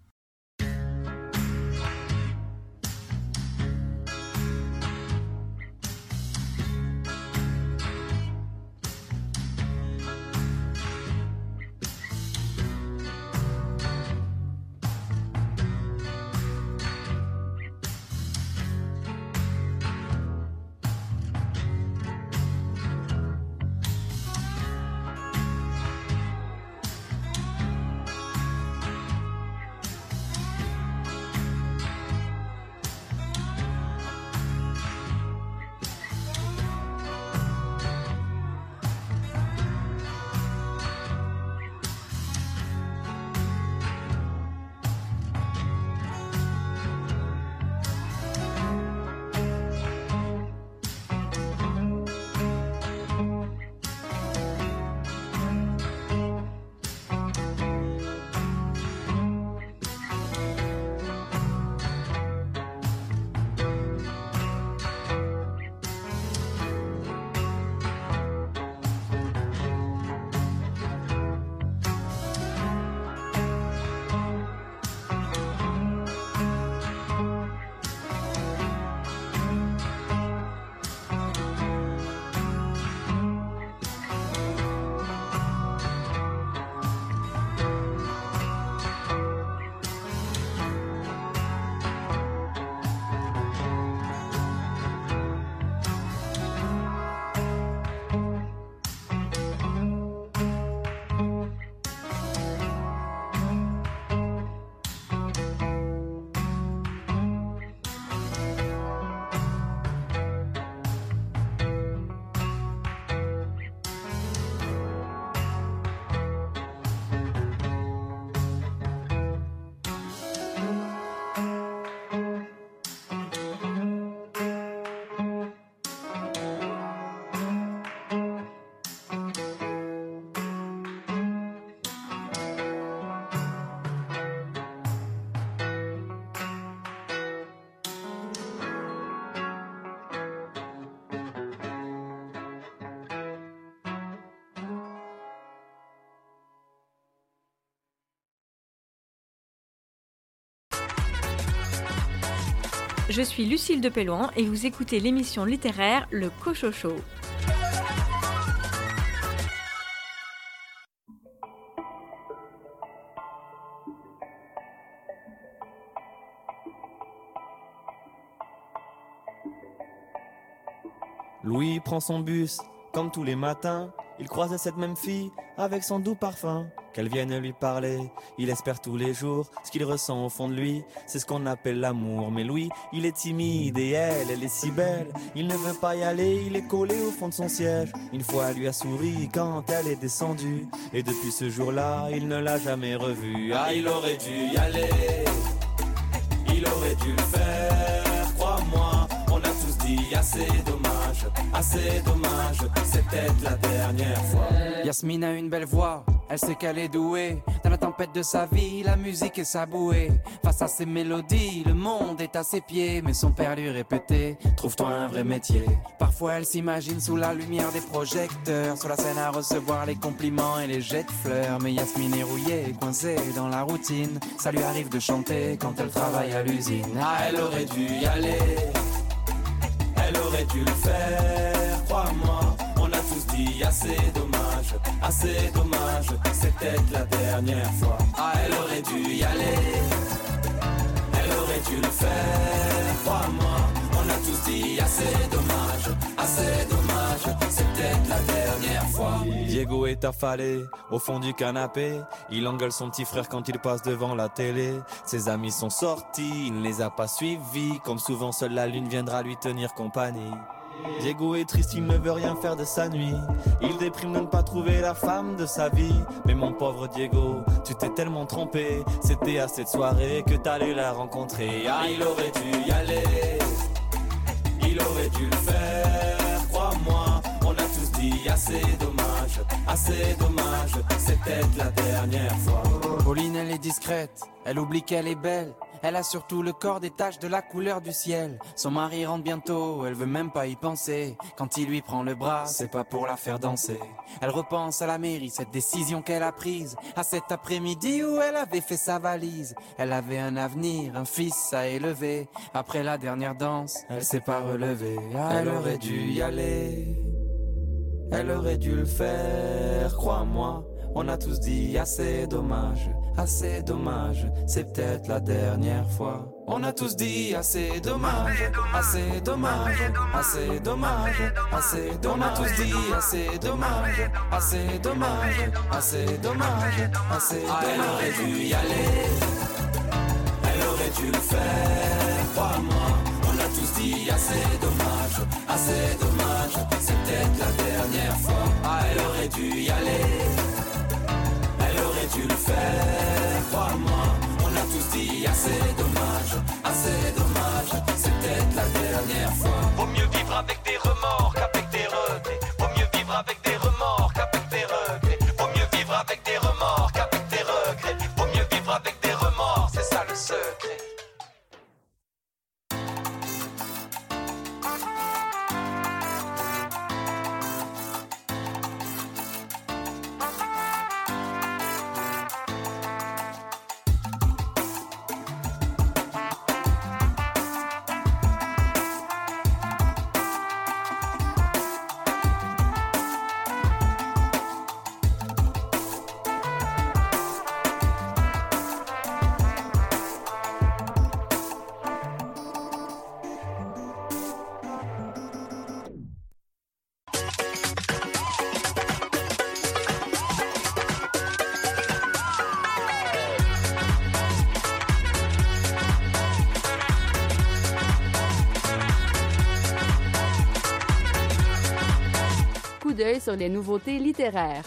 Je suis Lucille de Pellouan et vous écoutez l'émission littéraire Le Cochocho. Louis prend son bus, comme tous les matins. Il croise cette même fille avec son doux parfum. Qu'elle vienne lui parler, il espère tous les jours. Ce qu'il ressent au fond de lui, c'est ce qu'on appelle l'amour. Mais Louis, il est timide et elle, elle est si belle. Il ne veut pas y aller, il est collé au fond de son siège. Une fois, elle lui a souri quand elle est descendue. Et depuis ce jour-là, il ne l'a jamais revue. Ah, il aurait dû y aller, il aurait dû le faire. Crois-moi, on a tous dit assez dommage. dommage, assez dommage, c'est peut-être la dernière fois. Yasmine a une belle voix, elle sait qu'elle est douée. Dans la tempête de sa vie, la musique est sa bouée. Face à ses mélodies, le monde est à ses pieds. Mais son père lui répétait, trouve-toi un vrai métier. Parfois elle s'imagine sous la lumière des projecteurs, sur la scène à recevoir les compliments et les jets de fleurs. Mais Yasmine est rouillée, coincée dans la routine. Ça lui arrive de chanter quand elle travaille à l'usine. Ah, elle aurait dû y aller, elle aurait dû le faire, crois-moi. On a tous dit assez dommage, assez dommage, c'est peut-être la dernière fois. Ah, elle aurait dû y aller, elle aurait dû le faire, crois-moi. On a tous dit assez dommage, assez dommage, c'est peut-être la dernière fois. Diego est affalé au fond du canapé. Il engueule son petit frère quand il passe devant la télé. Ses amis sont sortis, il ne les a pas suivis. Comme souvent, seule la lune viendra lui tenir compagnie. Diego est triste, il ne veut rien faire de sa nuit. Il déprime de ne pas trouver la femme de sa vie. Mais mon pauvre Diego, tu t'es tellement trompé. C'était à cette soirée que t'allais la rencontrer. Ah, il aurait dû y aller, il aurait dû le faire, crois-moi. On a tous dit assez dommage, assez dommage, c'est peut-être la dernière fois. Pauline, elle est discrète, elle oublie qu'elle est belle. Elle a surtout le corps des taches de la couleur du ciel. Son mari rentre bientôt, elle veut même pas y penser. Quand il lui prend le bras, c'est pas pour la faire danser. Elle repense à la mairie, cette décision qu'elle a prise. À cet après-midi où elle avait fait sa valise. Elle avait un avenir, un fils à élever. Après la dernière danse, elle s'est pas relevée. Ah, elle aurait dû y aller, elle aurait dû le faire, crois-moi. On a tous dit assez dommage, assez dommage, c'est peut-être la dernière fois. On a tous dit assez dommage, assez dommage, assez dommage, assez dommage. On a tous dit assez dommage, assez dommage, assez dommage, assez dommage. Elle aurait dû y aller, elle aurait dû le faire, crois-moi. On a tous dit assez dommage, assez dommage, c'est peut-être la dernière fois. Ah, elle aurait dû y aller, elle aurait dû le faire, crois-moi. On a tous dit assez dommage, assez dommage, c'est peut-être la dernière fois. Vaut mieux vivre avec des remords qu'avec des regrets. Vaut mieux vivre avec des remords qu'avec des regrets. Vaut mieux vivre avec des remords qu'avec des regrets. Vaut mieux vivre avec des remords, c'est ça le secret. D'œil sur les nouveautés littéraires.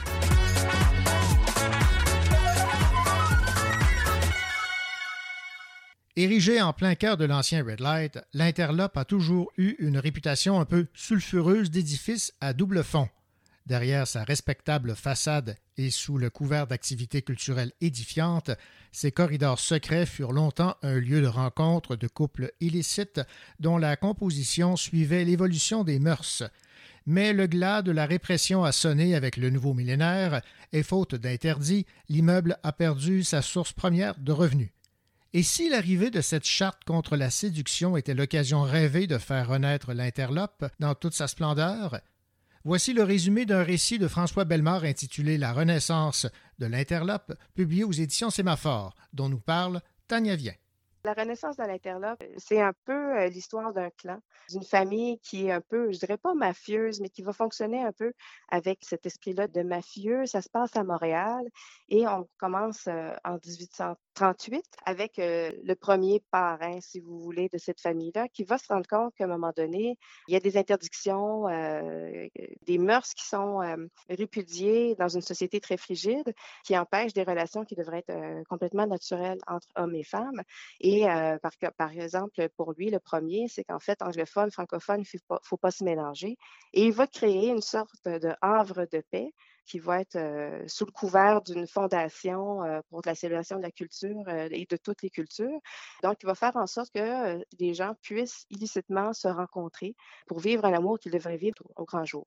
Érigé en plein cœur de l'ancien Red Light, l'Interlope a toujours eu une réputation un peu sulfureuse d'édifice à double fond. Derrière sa respectable façade et sous le couvert d'activités culturelles édifiantes, ces corridors secrets furent longtemps un lieu de rencontre de couples illicites dont la composition suivait l'évolution des mœurs. Mais le glas de la répression a sonné avec le nouveau millénaire et, faute d'interdit, l'immeuble a perdu sa source première de revenus. Et si l'arrivée de cette charte contre la séduction était l'occasion rêvée de faire renaître l'Interlope dans toute sa splendeur? Voici le résumé d'un récit de François Bellemare intitulé « La Renaissance de l'Interlope », publié aux éditions Sémaphore, dont nous parle Tania Vien. La Renaissance de l'Interlope, c'est un peu euh, l'histoire d'un clan, d'une famille qui est un peu, je dirais pas mafieuse, mais qui va fonctionner un peu avec cet esprit-là de mafieux. Ça se passe à Montréal et on commence euh, en dix-huit cent trente-huit avec euh, le premier parrain, si vous voulez, de cette famille-là, qui va se rendre compte qu'à un moment donné, il y a des interdictions, euh, des mœurs qui sont euh, répudiées dans une société très frigide, qui empêchent des relations qui devraient être euh, complètement naturelles entre hommes et femmes. Et Et euh, par, par exemple, pour lui, le premier, c'est qu'en fait, anglophone, francophone, il ne faut pas se mélanger. Et il va créer une sorte de havre de paix qui va être euh, sous le couvert d'une fondation euh, pour la célébration de la culture euh, et de toutes les cultures. Donc, il va faire en sorte que euh, les gens puissent illicitement se rencontrer pour vivre un amour qu'ils devraient vivre au, au grand jour.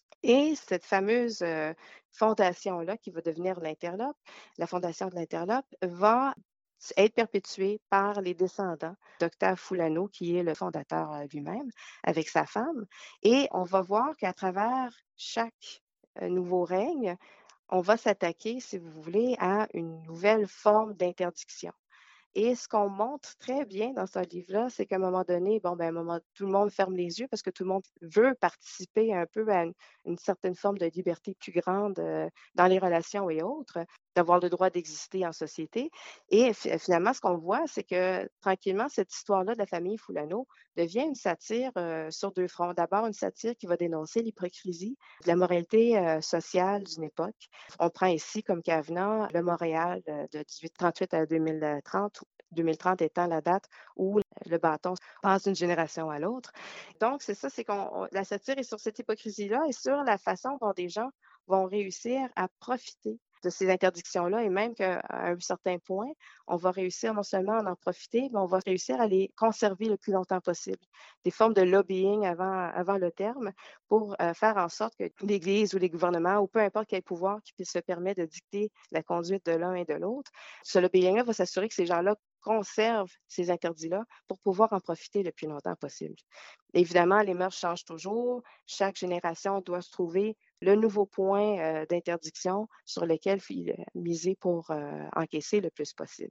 Et cette fameuse euh, fondation-là, qui va devenir l'Interlope, la fondation de l'Interlope, va être perpétuée par les descendants d'Octave Foulano, qui est le fondateur euh, lui-même, avec sa femme. Et on va voir qu'à travers chaque euh, nouveau règne, on va s'attaquer, si vous voulez, à une nouvelle forme d'interdiction. Et ce qu'on montre très bien dans ce livre-là, c'est qu'à un moment donné, bon, ben, à un moment, tout le monde ferme les yeux parce que tout le monde veut participer un peu à une, une certaine forme de liberté plus grande euh, dans les relations et autres, d'avoir le droit d'exister en société. Et f- finalement, ce qu'on voit, c'est que tranquillement, cette histoire-là de la famille Foulano devient une satire euh, sur deux fronts. D'abord, une satire qui va dénoncer l'hypocrisie de la moralité euh, sociale d'une époque. On prend ici comme qu'avenant le Montréal euh, de dix-huit trente-huit à deux mille trente, deux mille trente étant la date où le bâton passe d'une génération à l'autre. Donc, c'est ça, c'est qu'on la satire est sur cette hypocrisie-là et sur la façon dont des gens vont réussir à profiter de ces interdictions-là et même qu'à un certain point, on va réussir non seulement à en profiter, mais on va réussir à les conserver le plus longtemps possible. Des formes de lobbying avant, avant le terme pour euh, faire en sorte que l'Église ou les gouvernements ou peu importe quel pouvoir qui puisse se permettre de dicter la conduite de l'un et de l'autre, ce lobbying-là va s'assurer que ces gens-là conservent ces interdits-là pour pouvoir en profiter le plus longtemps possible. Évidemment, les mœurs changent toujours. Chaque génération doit se trouver le nouveau point euh, d'interdiction sur lequel miser pour euh, encaisser le plus possible.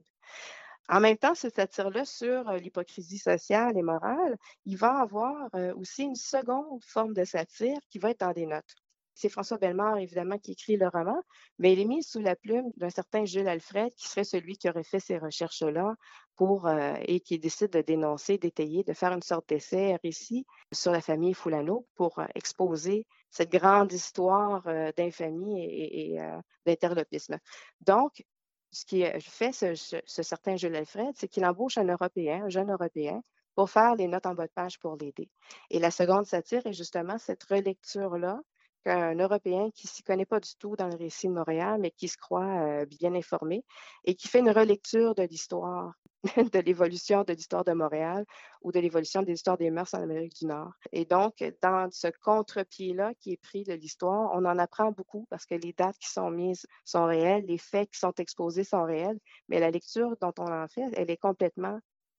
En même temps, cette satire-là sur euh, l'hypocrisie sociale et morale, il va avoir euh, aussi une seconde forme de satire qui va être dans des notes. C'est François Bellemare, évidemment, qui écrit le roman, mais il est mis sous la plume d'un certain Jules Alfred, qui serait celui qui aurait fait ces recherches-là pour, euh, et qui décide de dénoncer, d'étayer, de faire une sorte d'essai, récit sur la famille Foulano pour euh, exposer cette grande histoire euh, d'infamie et, et, et euh, d'interlopisme. Donc, ce qui fait ce, ce, ce certain Jules Alfred, c'est qu'il embauche un Européen, un jeune Européen, pour faire les notes en bas de page pour l'aider. Et la seconde satire est justement cette relecture-là qu'un Européen qui ne s'y connaît pas du tout dans le récit de Montréal, mais qui se croit euh, bien informé et qui fait une relecture de l'histoire, de l'évolution de l'histoire de Montréal ou de l'évolution de l'histoire des mœurs en Amérique du Nord. Et donc, dans ce contre-pied-là qui est pris de l'histoire, on en apprend beaucoup parce que les dates qui sont mises sont réelles, les faits qui sont exposés sont réels, mais la lecture dont on en fait, elle est complètement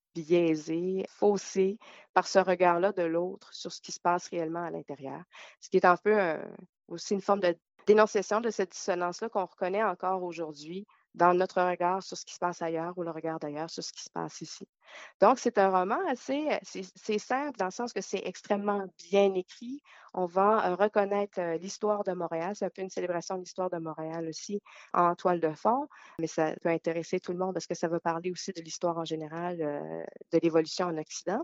biaisé, faussé par ce regard-là de l'autre sur ce qui se passe réellement à l'intérieur. Ce qui est un peu euh, aussi une forme de dénonciation de cette dissonance-là qu'on reconnaît encore aujourd'hui dans notre regard sur ce qui se passe ailleurs ou le regard d'ailleurs sur ce qui se passe ici. Donc, c'est un roman assez, c'est, c'est simple dans le sens que c'est extrêmement bien écrit. On va euh, reconnaître euh, l'histoire de Montréal. C'est un peu une célébration de l'histoire de Montréal aussi en toile de fond, mais ça peut intéresser tout le monde parce que ça va parler aussi de l'histoire en général, euh, de l'évolution en Occident.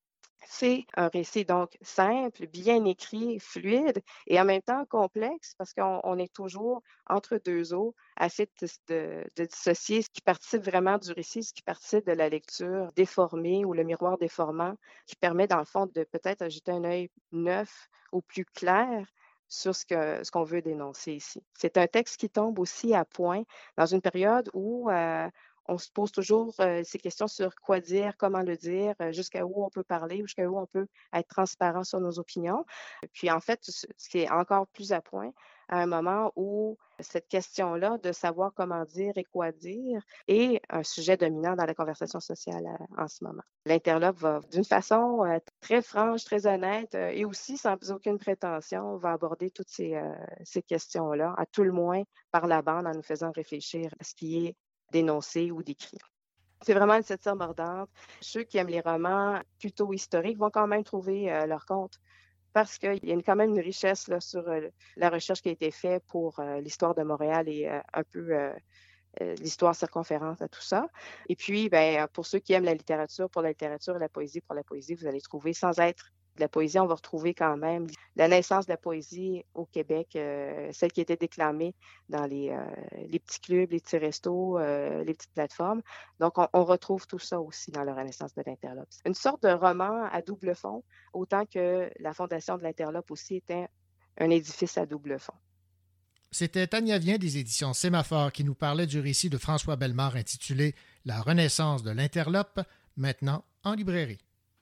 C'est un récit donc simple, bien écrit, fluide et en même temps complexe parce qu'on on est toujours entre deux eaux, à essayer de, de, de dissocier ce qui participe vraiment du récit, ce qui participe de la lecture déformée ou le miroir déformant qui permet dans le fond de peut-être jeter un œil neuf ou plus clair sur ce, que, ce qu'on veut dénoncer ici. C'est un texte qui tombe aussi à point dans une période où euh, on se pose toujours euh, ces questions sur quoi dire, comment le dire, euh, jusqu'à où on peut parler, jusqu'à où on peut être transparent sur nos opinions. Puis en fait, ce, ce qui est encore plus à point, à un moment où cette question-là de savoir comment dire et quoi dire est un sujet dominant dans la conversation sociale euh, en ce moment. L'Interlope va, d'une façon euh, très franche, très honnête euh, et aussi sans aucune prétention, va aborder toutes ces, euh, ces questions-là, à tout le moins par la bande, en nous faisant réfléchir à ce qui est dénoncé ou décrit. C'est vraiment une satire mordante. Ceux qui aiment les romans plutôt historiques vont quand même trouver euh, leur compte parce qu'il y a quand même une richesse là, sur euh, la recherche qui a été faite pour euh, l'histoire de Montréal et euh, un peu euh, euh, l'histoire circonférente à tout ça. Et puis, ben, pour ceux qui aiment la littérature, pour la littérature et la poésie, pour la poésie, vous allez trouver sans être de la poésie, on va retrouver quand même la naissance de la poésie au Québec, euh, celle qui était déclamée dans les, euh, les petits clubs, les petits restos, euh, les petites plateformes. Donc, on, on retrouve tout ça aussi dans la Renaissance de l'Interlope. Une sorte de roman à double fond, autant que la fondation de l'Interlope aussi était un édifice à double fond. C'était Tania Vien des éditions Sémaphore qui nous parlait du récit de François Bellemare intitulé « La Renaissance de l'Interlope », maintenant en librairie.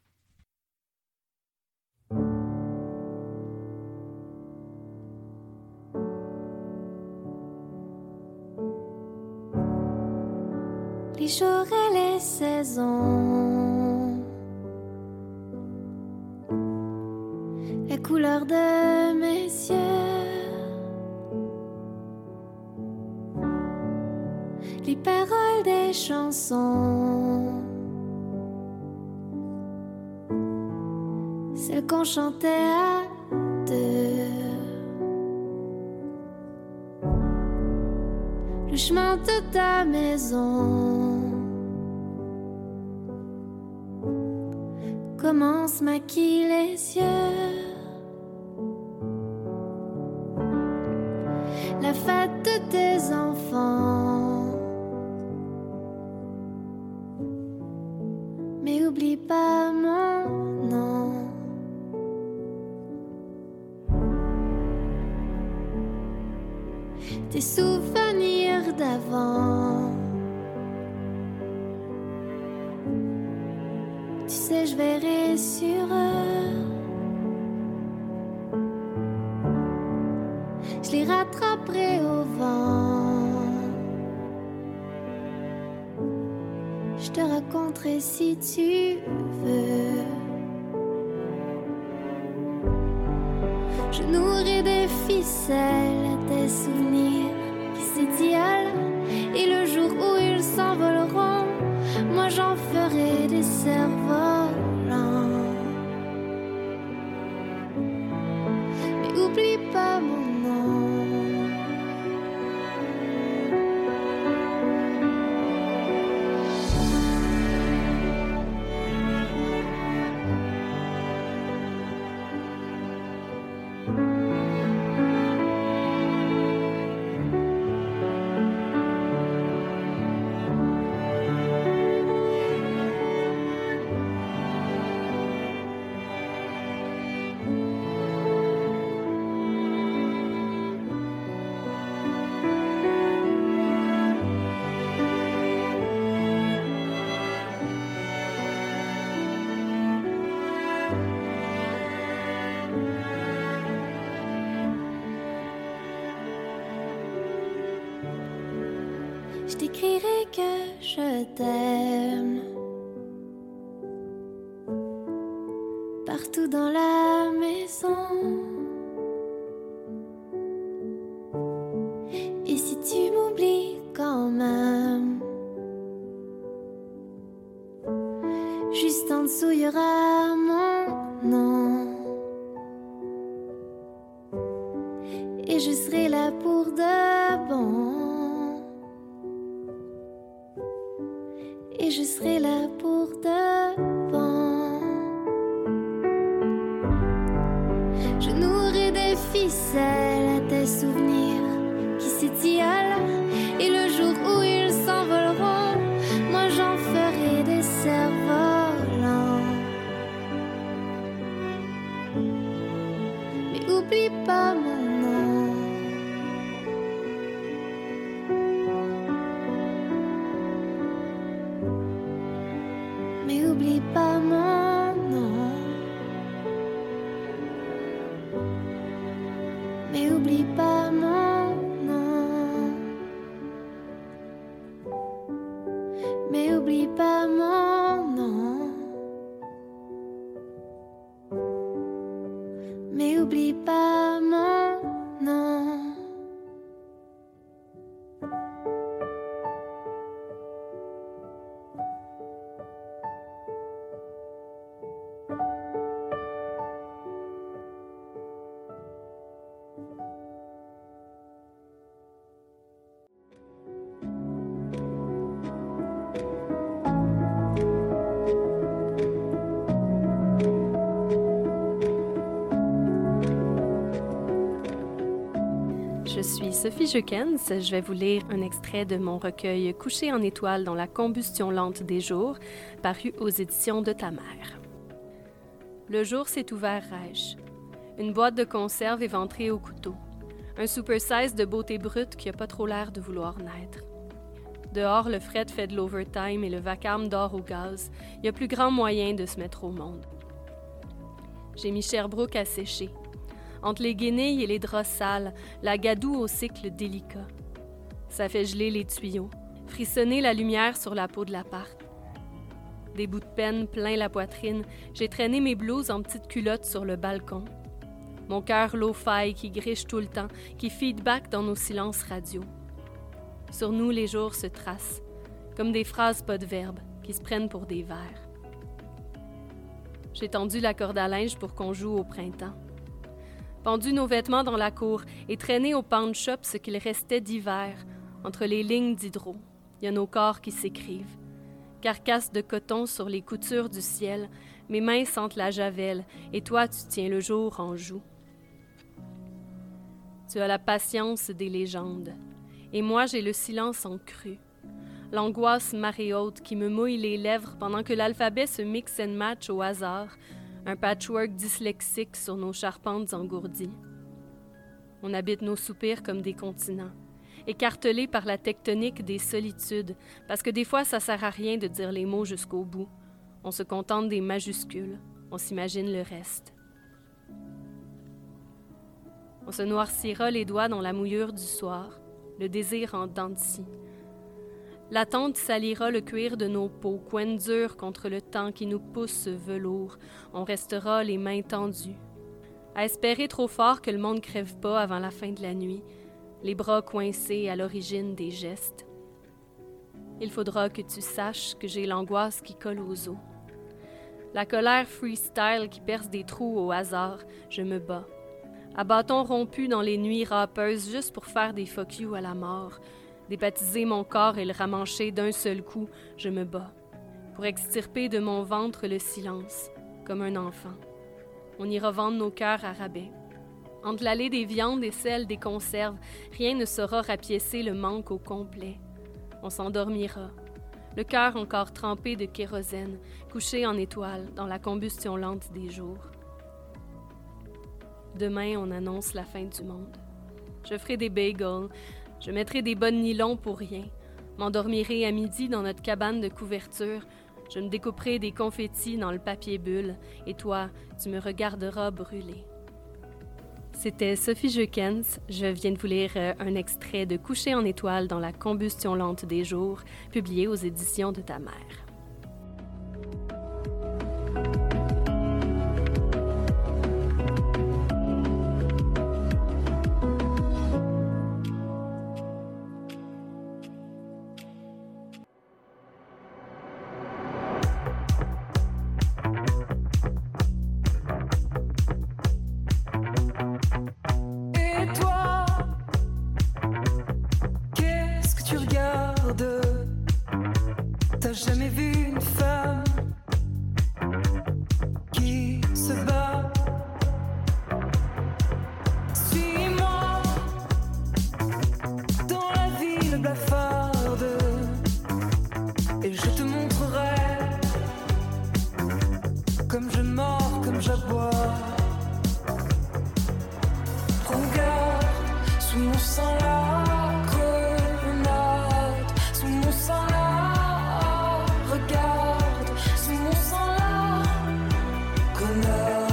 Les jours et les saisons, la couleur de mes yeux, les paroles des chansons, celles qu'on chantait à deux, le chemin de ta maison comment se maquillent les yeux, la fête de tes enfants, mais oublie pas mon nom. Tes souvenirs d'avant, tu sais, je verrai sur eux, je les rattraperai au vent, je te raconterai si tu veux. Je nourris des ficelles à tes souvenirs qui s'étiolent, et le jour où ils s'envoleront, moi j'en ferai des cerfs-volants. Mais oublie pas mon nom. Je t'écrirai que je t'aime partout dans la maison. Et si tu m'oublies quand même, juste en dessous il y aura mon nom, et je serai là pour de bon. Et je serai là pour de bon. Je nourris des ficelles à tes souvenirs qui s'étiolent, et le jour où ils s'envoleront, moi j'en ferai des cerfs-volants. Mais oublie pas mon nom. Mais oublie pas mon nom. Mais oublie pas mon nom. Mais oublie pas mon nom. Mais oublie pas mon nom. suis Sophie Jeukens. Je vais vous lire un extrait de mon recueil « Couché en étoile dans la combustion lente des jours », paru aux éditions de ta mère. Le jour s'est ouvert rêche. Une boîte de conserve éventrée au couteau. Un super size de beauté brute qui n'a pas trop l'air de vouloir naître. Dehors, le fret fait de l'overtime et le vacarme dort au gaz. Il y a plus grand moyen de se mettre au monde. J'ai mis Sherbrooke à sécher. Entre les guenilles et les draps sales, la gadoue au cycle délicat. Ça fait geler les tuyaux, frissonner la lumière sur la peau de l'appart. Des bouts de peine plein la poitrine, j'ai traîné mes blouses en petites culottes sur le balcon. Mon cœur lo-fi qui griche tout le temps, qui feedback dans nos silences radio. Sur nous, les jours se tracent, comme des phrases pas de verbe, qui se prennent pour des vers. J'ai tendu la corde à linge pour qu'on joue au printemps. Pendu nos vêtements dans la cour et traîné au pawn shop ce qu'il restait d'hiver, entre les lignes d'hydro. Il y a nos corps qui s'écrivent. Carcasse de coton sur les coutures du ciel, mes mains sentent la javel, et toi tu tiens le jour en joue. Tu as la patience des légendes, et moi j'ai le silence en crue. L'angoisse marée haute qui me mouille les lèvres pendant que l'alphabet se mix and match au hasard, un patchwork dyslexique sur nos charpentes engourdies. On habite nos soupirs comme des continents, écartelés par la tectonique des solitudes, parce que des fois ça sert à rien de dire les mots jusqu'au bout. On se contente des majuscules, on s'imagine le reste. On se noircira les doigts dans la mouillure du soir, le désir en dents de scie. L'attente salira le cuir de nos peaux, coins durs contre le temps qui nous pousse ce velours. On restera les mains tendues, à espérer trop fort que le monde crève pas avant la fin de la nuit, les bras coincés à l'origine des gestes. Il faudra que tu saches que j'ai l'angoisse qui colle aux os. La colère freestyle qui perce des trous au hasard, je me bats. À bâton rompu dans les nuits râpeuses juste pour faire des fuck you à la mort. Débaptiser mon corps et le ramancher d'un seul coup, je me bats. Pour extirper de mon ventre le silence, comme un enfant. On ira vendre nos cœurs à rabais. Entre l'allée des viandes et celle des conserves, rien ne saura rapiécer le manque au complet. On s'endormira, le cœur encore trempé de kérosène, couché en étoile dans la combustion lente des jours. Demain, on annonce la fin du monde. Je ferai des bagels, je mettrai des bas de nylon pour rien, m'endormirai à midi dans notre cabane de couverture, je me découperai des confettis dans le papier bulle, et toi, tu me regarderas brûler. C'était Sophie Jeukens. Je viens de vous lire un extrait de Couché en étoile dans la combustion lente des jours, publié aux éditions de ta mère. T'as jamais vu une femme qui se bat? Suis-moi dans la ville blafarde et je te montrerai comme je mords, comme j'aboie. Regarde sous mon sang la grenade, sous mon sang la. Regarde sous mon sang la grenade.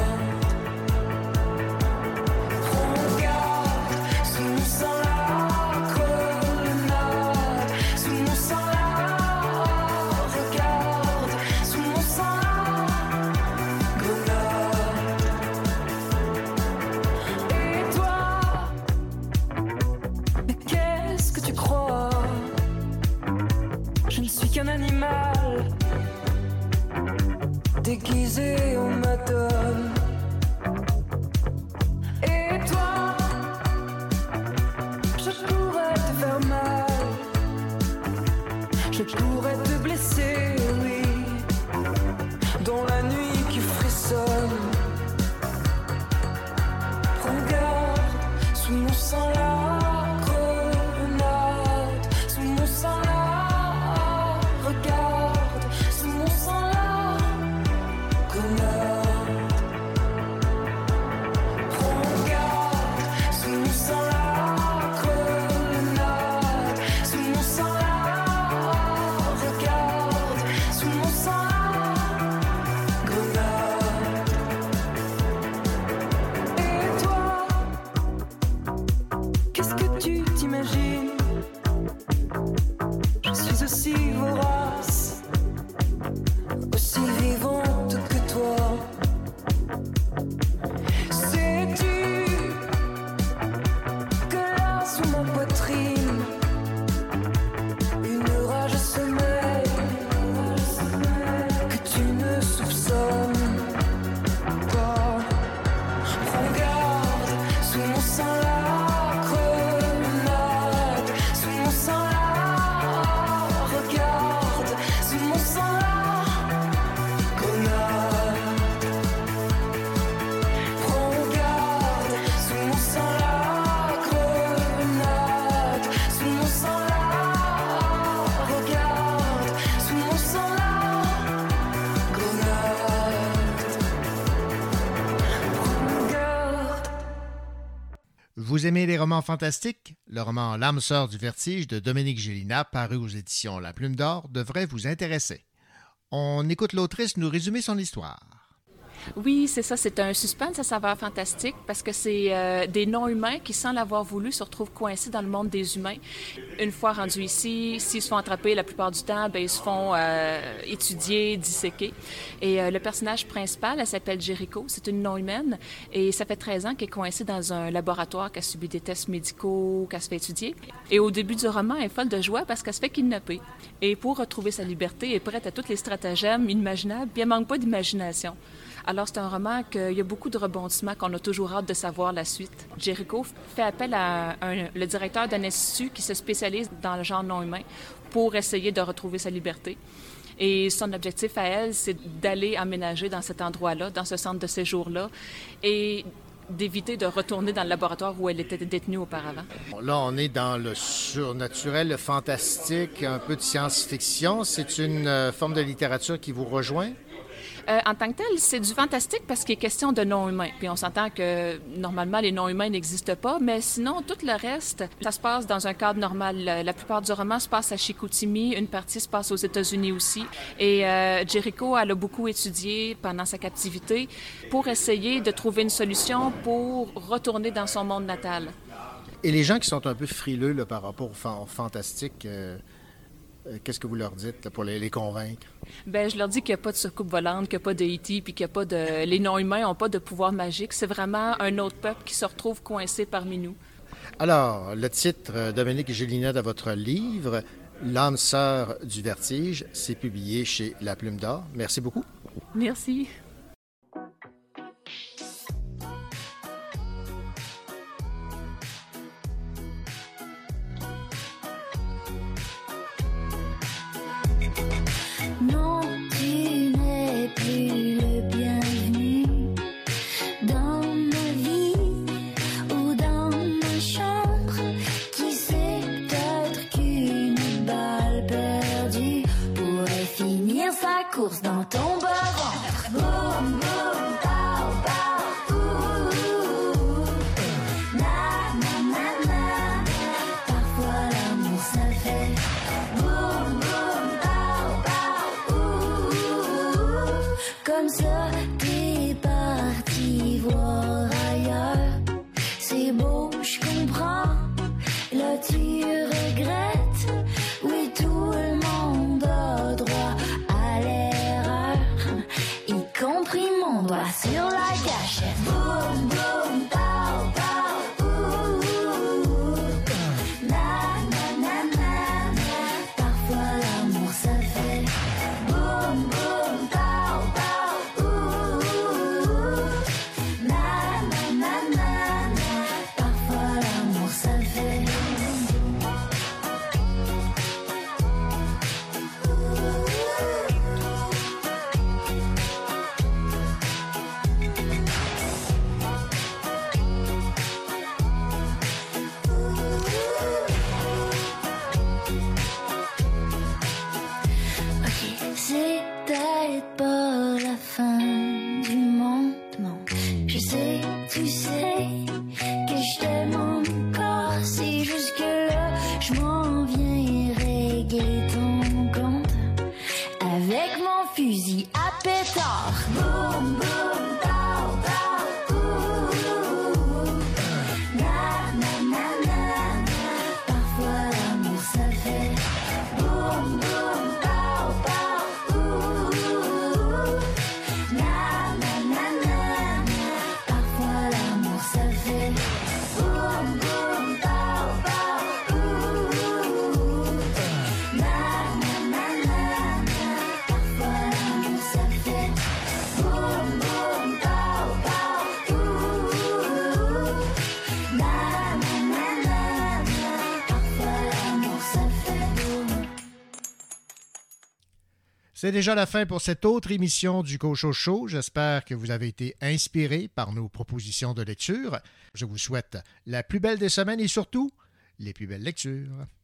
Regarde sous mon sang la grenade, sous mon sang la. Regarde sous mon sang la grenade. Et toi, mais qu'est-ce que tu crois? Je ne suis qu'un animal déguisé en madone. Et toi, je pourrais te faire mal, je pourrais te blesser, oui, dans la nuit qui frissonne. Regarde sous mon sang la Vous aimez les romans fantastiques? Le roman L'âme sœur du vertige de Dominique Gélina, paru aux éditions La Plume d'Or, devrait vous intéresser. On écoute l'autrice nous résumer son histoire. Oui, c'est ça, c'est un suspense à saveur fantastique parce que c'est euh, des non-humains qui, sans l'avoir voulu, se retrouvent coincés dans le monde des humains. Une fois rendus ici, s'ils se font attraper la plupart du temps, bien, ils se font euh, étudier, disséquer. Et euh, le personnage principal, elle s'appelle Jericho, c'est une non-humaine et ça fait treize ans qu'elle est coincée dans un laboratoire, qu'elle subit des tests médicaux, qu'elle se fait étudier. Et au début du roman, elle est folle de joie parce qu'elle se fait kidnapper. Et pour retrouver sa liberté, elle est prête à tous les stratagèmes inimaginables, puis elle manque pas d'imagination. Alors, c'est un roman qu'il y a beaucoup de rebondissements, qu'on a toujours hâte de savoir la suite. Jericho fait appel à un, le directeur d'un institut qui se spécialise dans le genre non-humain pour essayer de retrouver sa liberté. Et son objectif à elle, c'est d'aller emménager dans cet endroit-là, dans ce centre de séjour-là, et d'éviter de retourner dans le laboratoire où elle était détenue auparavant. Là, on est dans le surnaturel, le fantastique, un peu de science-fiction. C'est une euh, forme de littérature qui vous rejoint? Euh, en tant que tel, c'est du fantastique parce qu'il est question de non-humains. Puis on s'entend que normalement, les non-humains n'existent pas, mais sinon, tout le reste, ça se passe dans un cadre normal. La plupart du roman se passe à Chicoutimi, une partie se passe aux États-Unis aussi. Et euh, Jericho, elle a beaucoup étudié pendant sa captivité pour essayer de trouver une solution pour retourner dans son monde natal. Et les gens qui sont un peu frileux là, par rapport au, fan- au fantastique... Euh... Qu'est-ce que vous leur dites là, pour les, les convaincre? Bien, je leur dis qu'il n'y a pas de soucoupe volante, qu'il n'y a pas de E T, puis qu'il n'y a pas de... Les non-humains n'ont pas de pouvoir magique. C'est vraiment un autre peuple qui se retrouve coincé parmi nous. Alors, le titre, Dominique Gélina, de votre livre, L'âme sœur du vertige, c'est publié chez La Plume d'Or. Merci beaucoup. Merci. Non, tu n'es plus le bienvenu dans ma vie ou dans ma chambre. Qui sait, peut-être qu'une balle perdue pourrait finir sa course dans ton bas-ventre. Boum, boum, pow, pow, ouh, na, na, na, na. Parfois l'amour ça fait boum, boum, comme ça, t'es parti voir ailleurs. C'est beau, je comprends. Là, tu regrettes. Oui, tout le monde a droit à l'erreur, y compris mon doigt sur la gâchette. Boum, boum, pow, pow, ouh, na, na, na, na, na. Parfois, l'amour, ça fait boum, boum, pow. C'est peut-être pas la fin du monde, non. Je sais, tu sais que je t'aime encore. C'est juste que là, je m'en viens régler ton compte avec mon fusil à pétard. Boum, boum, pow, pow, ouh, na, na, na, na, na. Parfois l'amour ça fait boum, boum, pow, pow, ouh, na, na, na, na, na. Parfois l'amour ça fait boum, boum, pow, pow, ouh, na, na, na, na, na. Parfois l'amour ça fait boum, boum, pow, pow, ouh, na, na, na, na, na. Parfois l'amour ça fait boum. C'est déjà la fin pour cette autre émission du Cochocho. J'espère que vous avez été inspirés par nos propositions de lecture. Je vous souhaite la plus belle des semaines et surtout les plus belles lectures.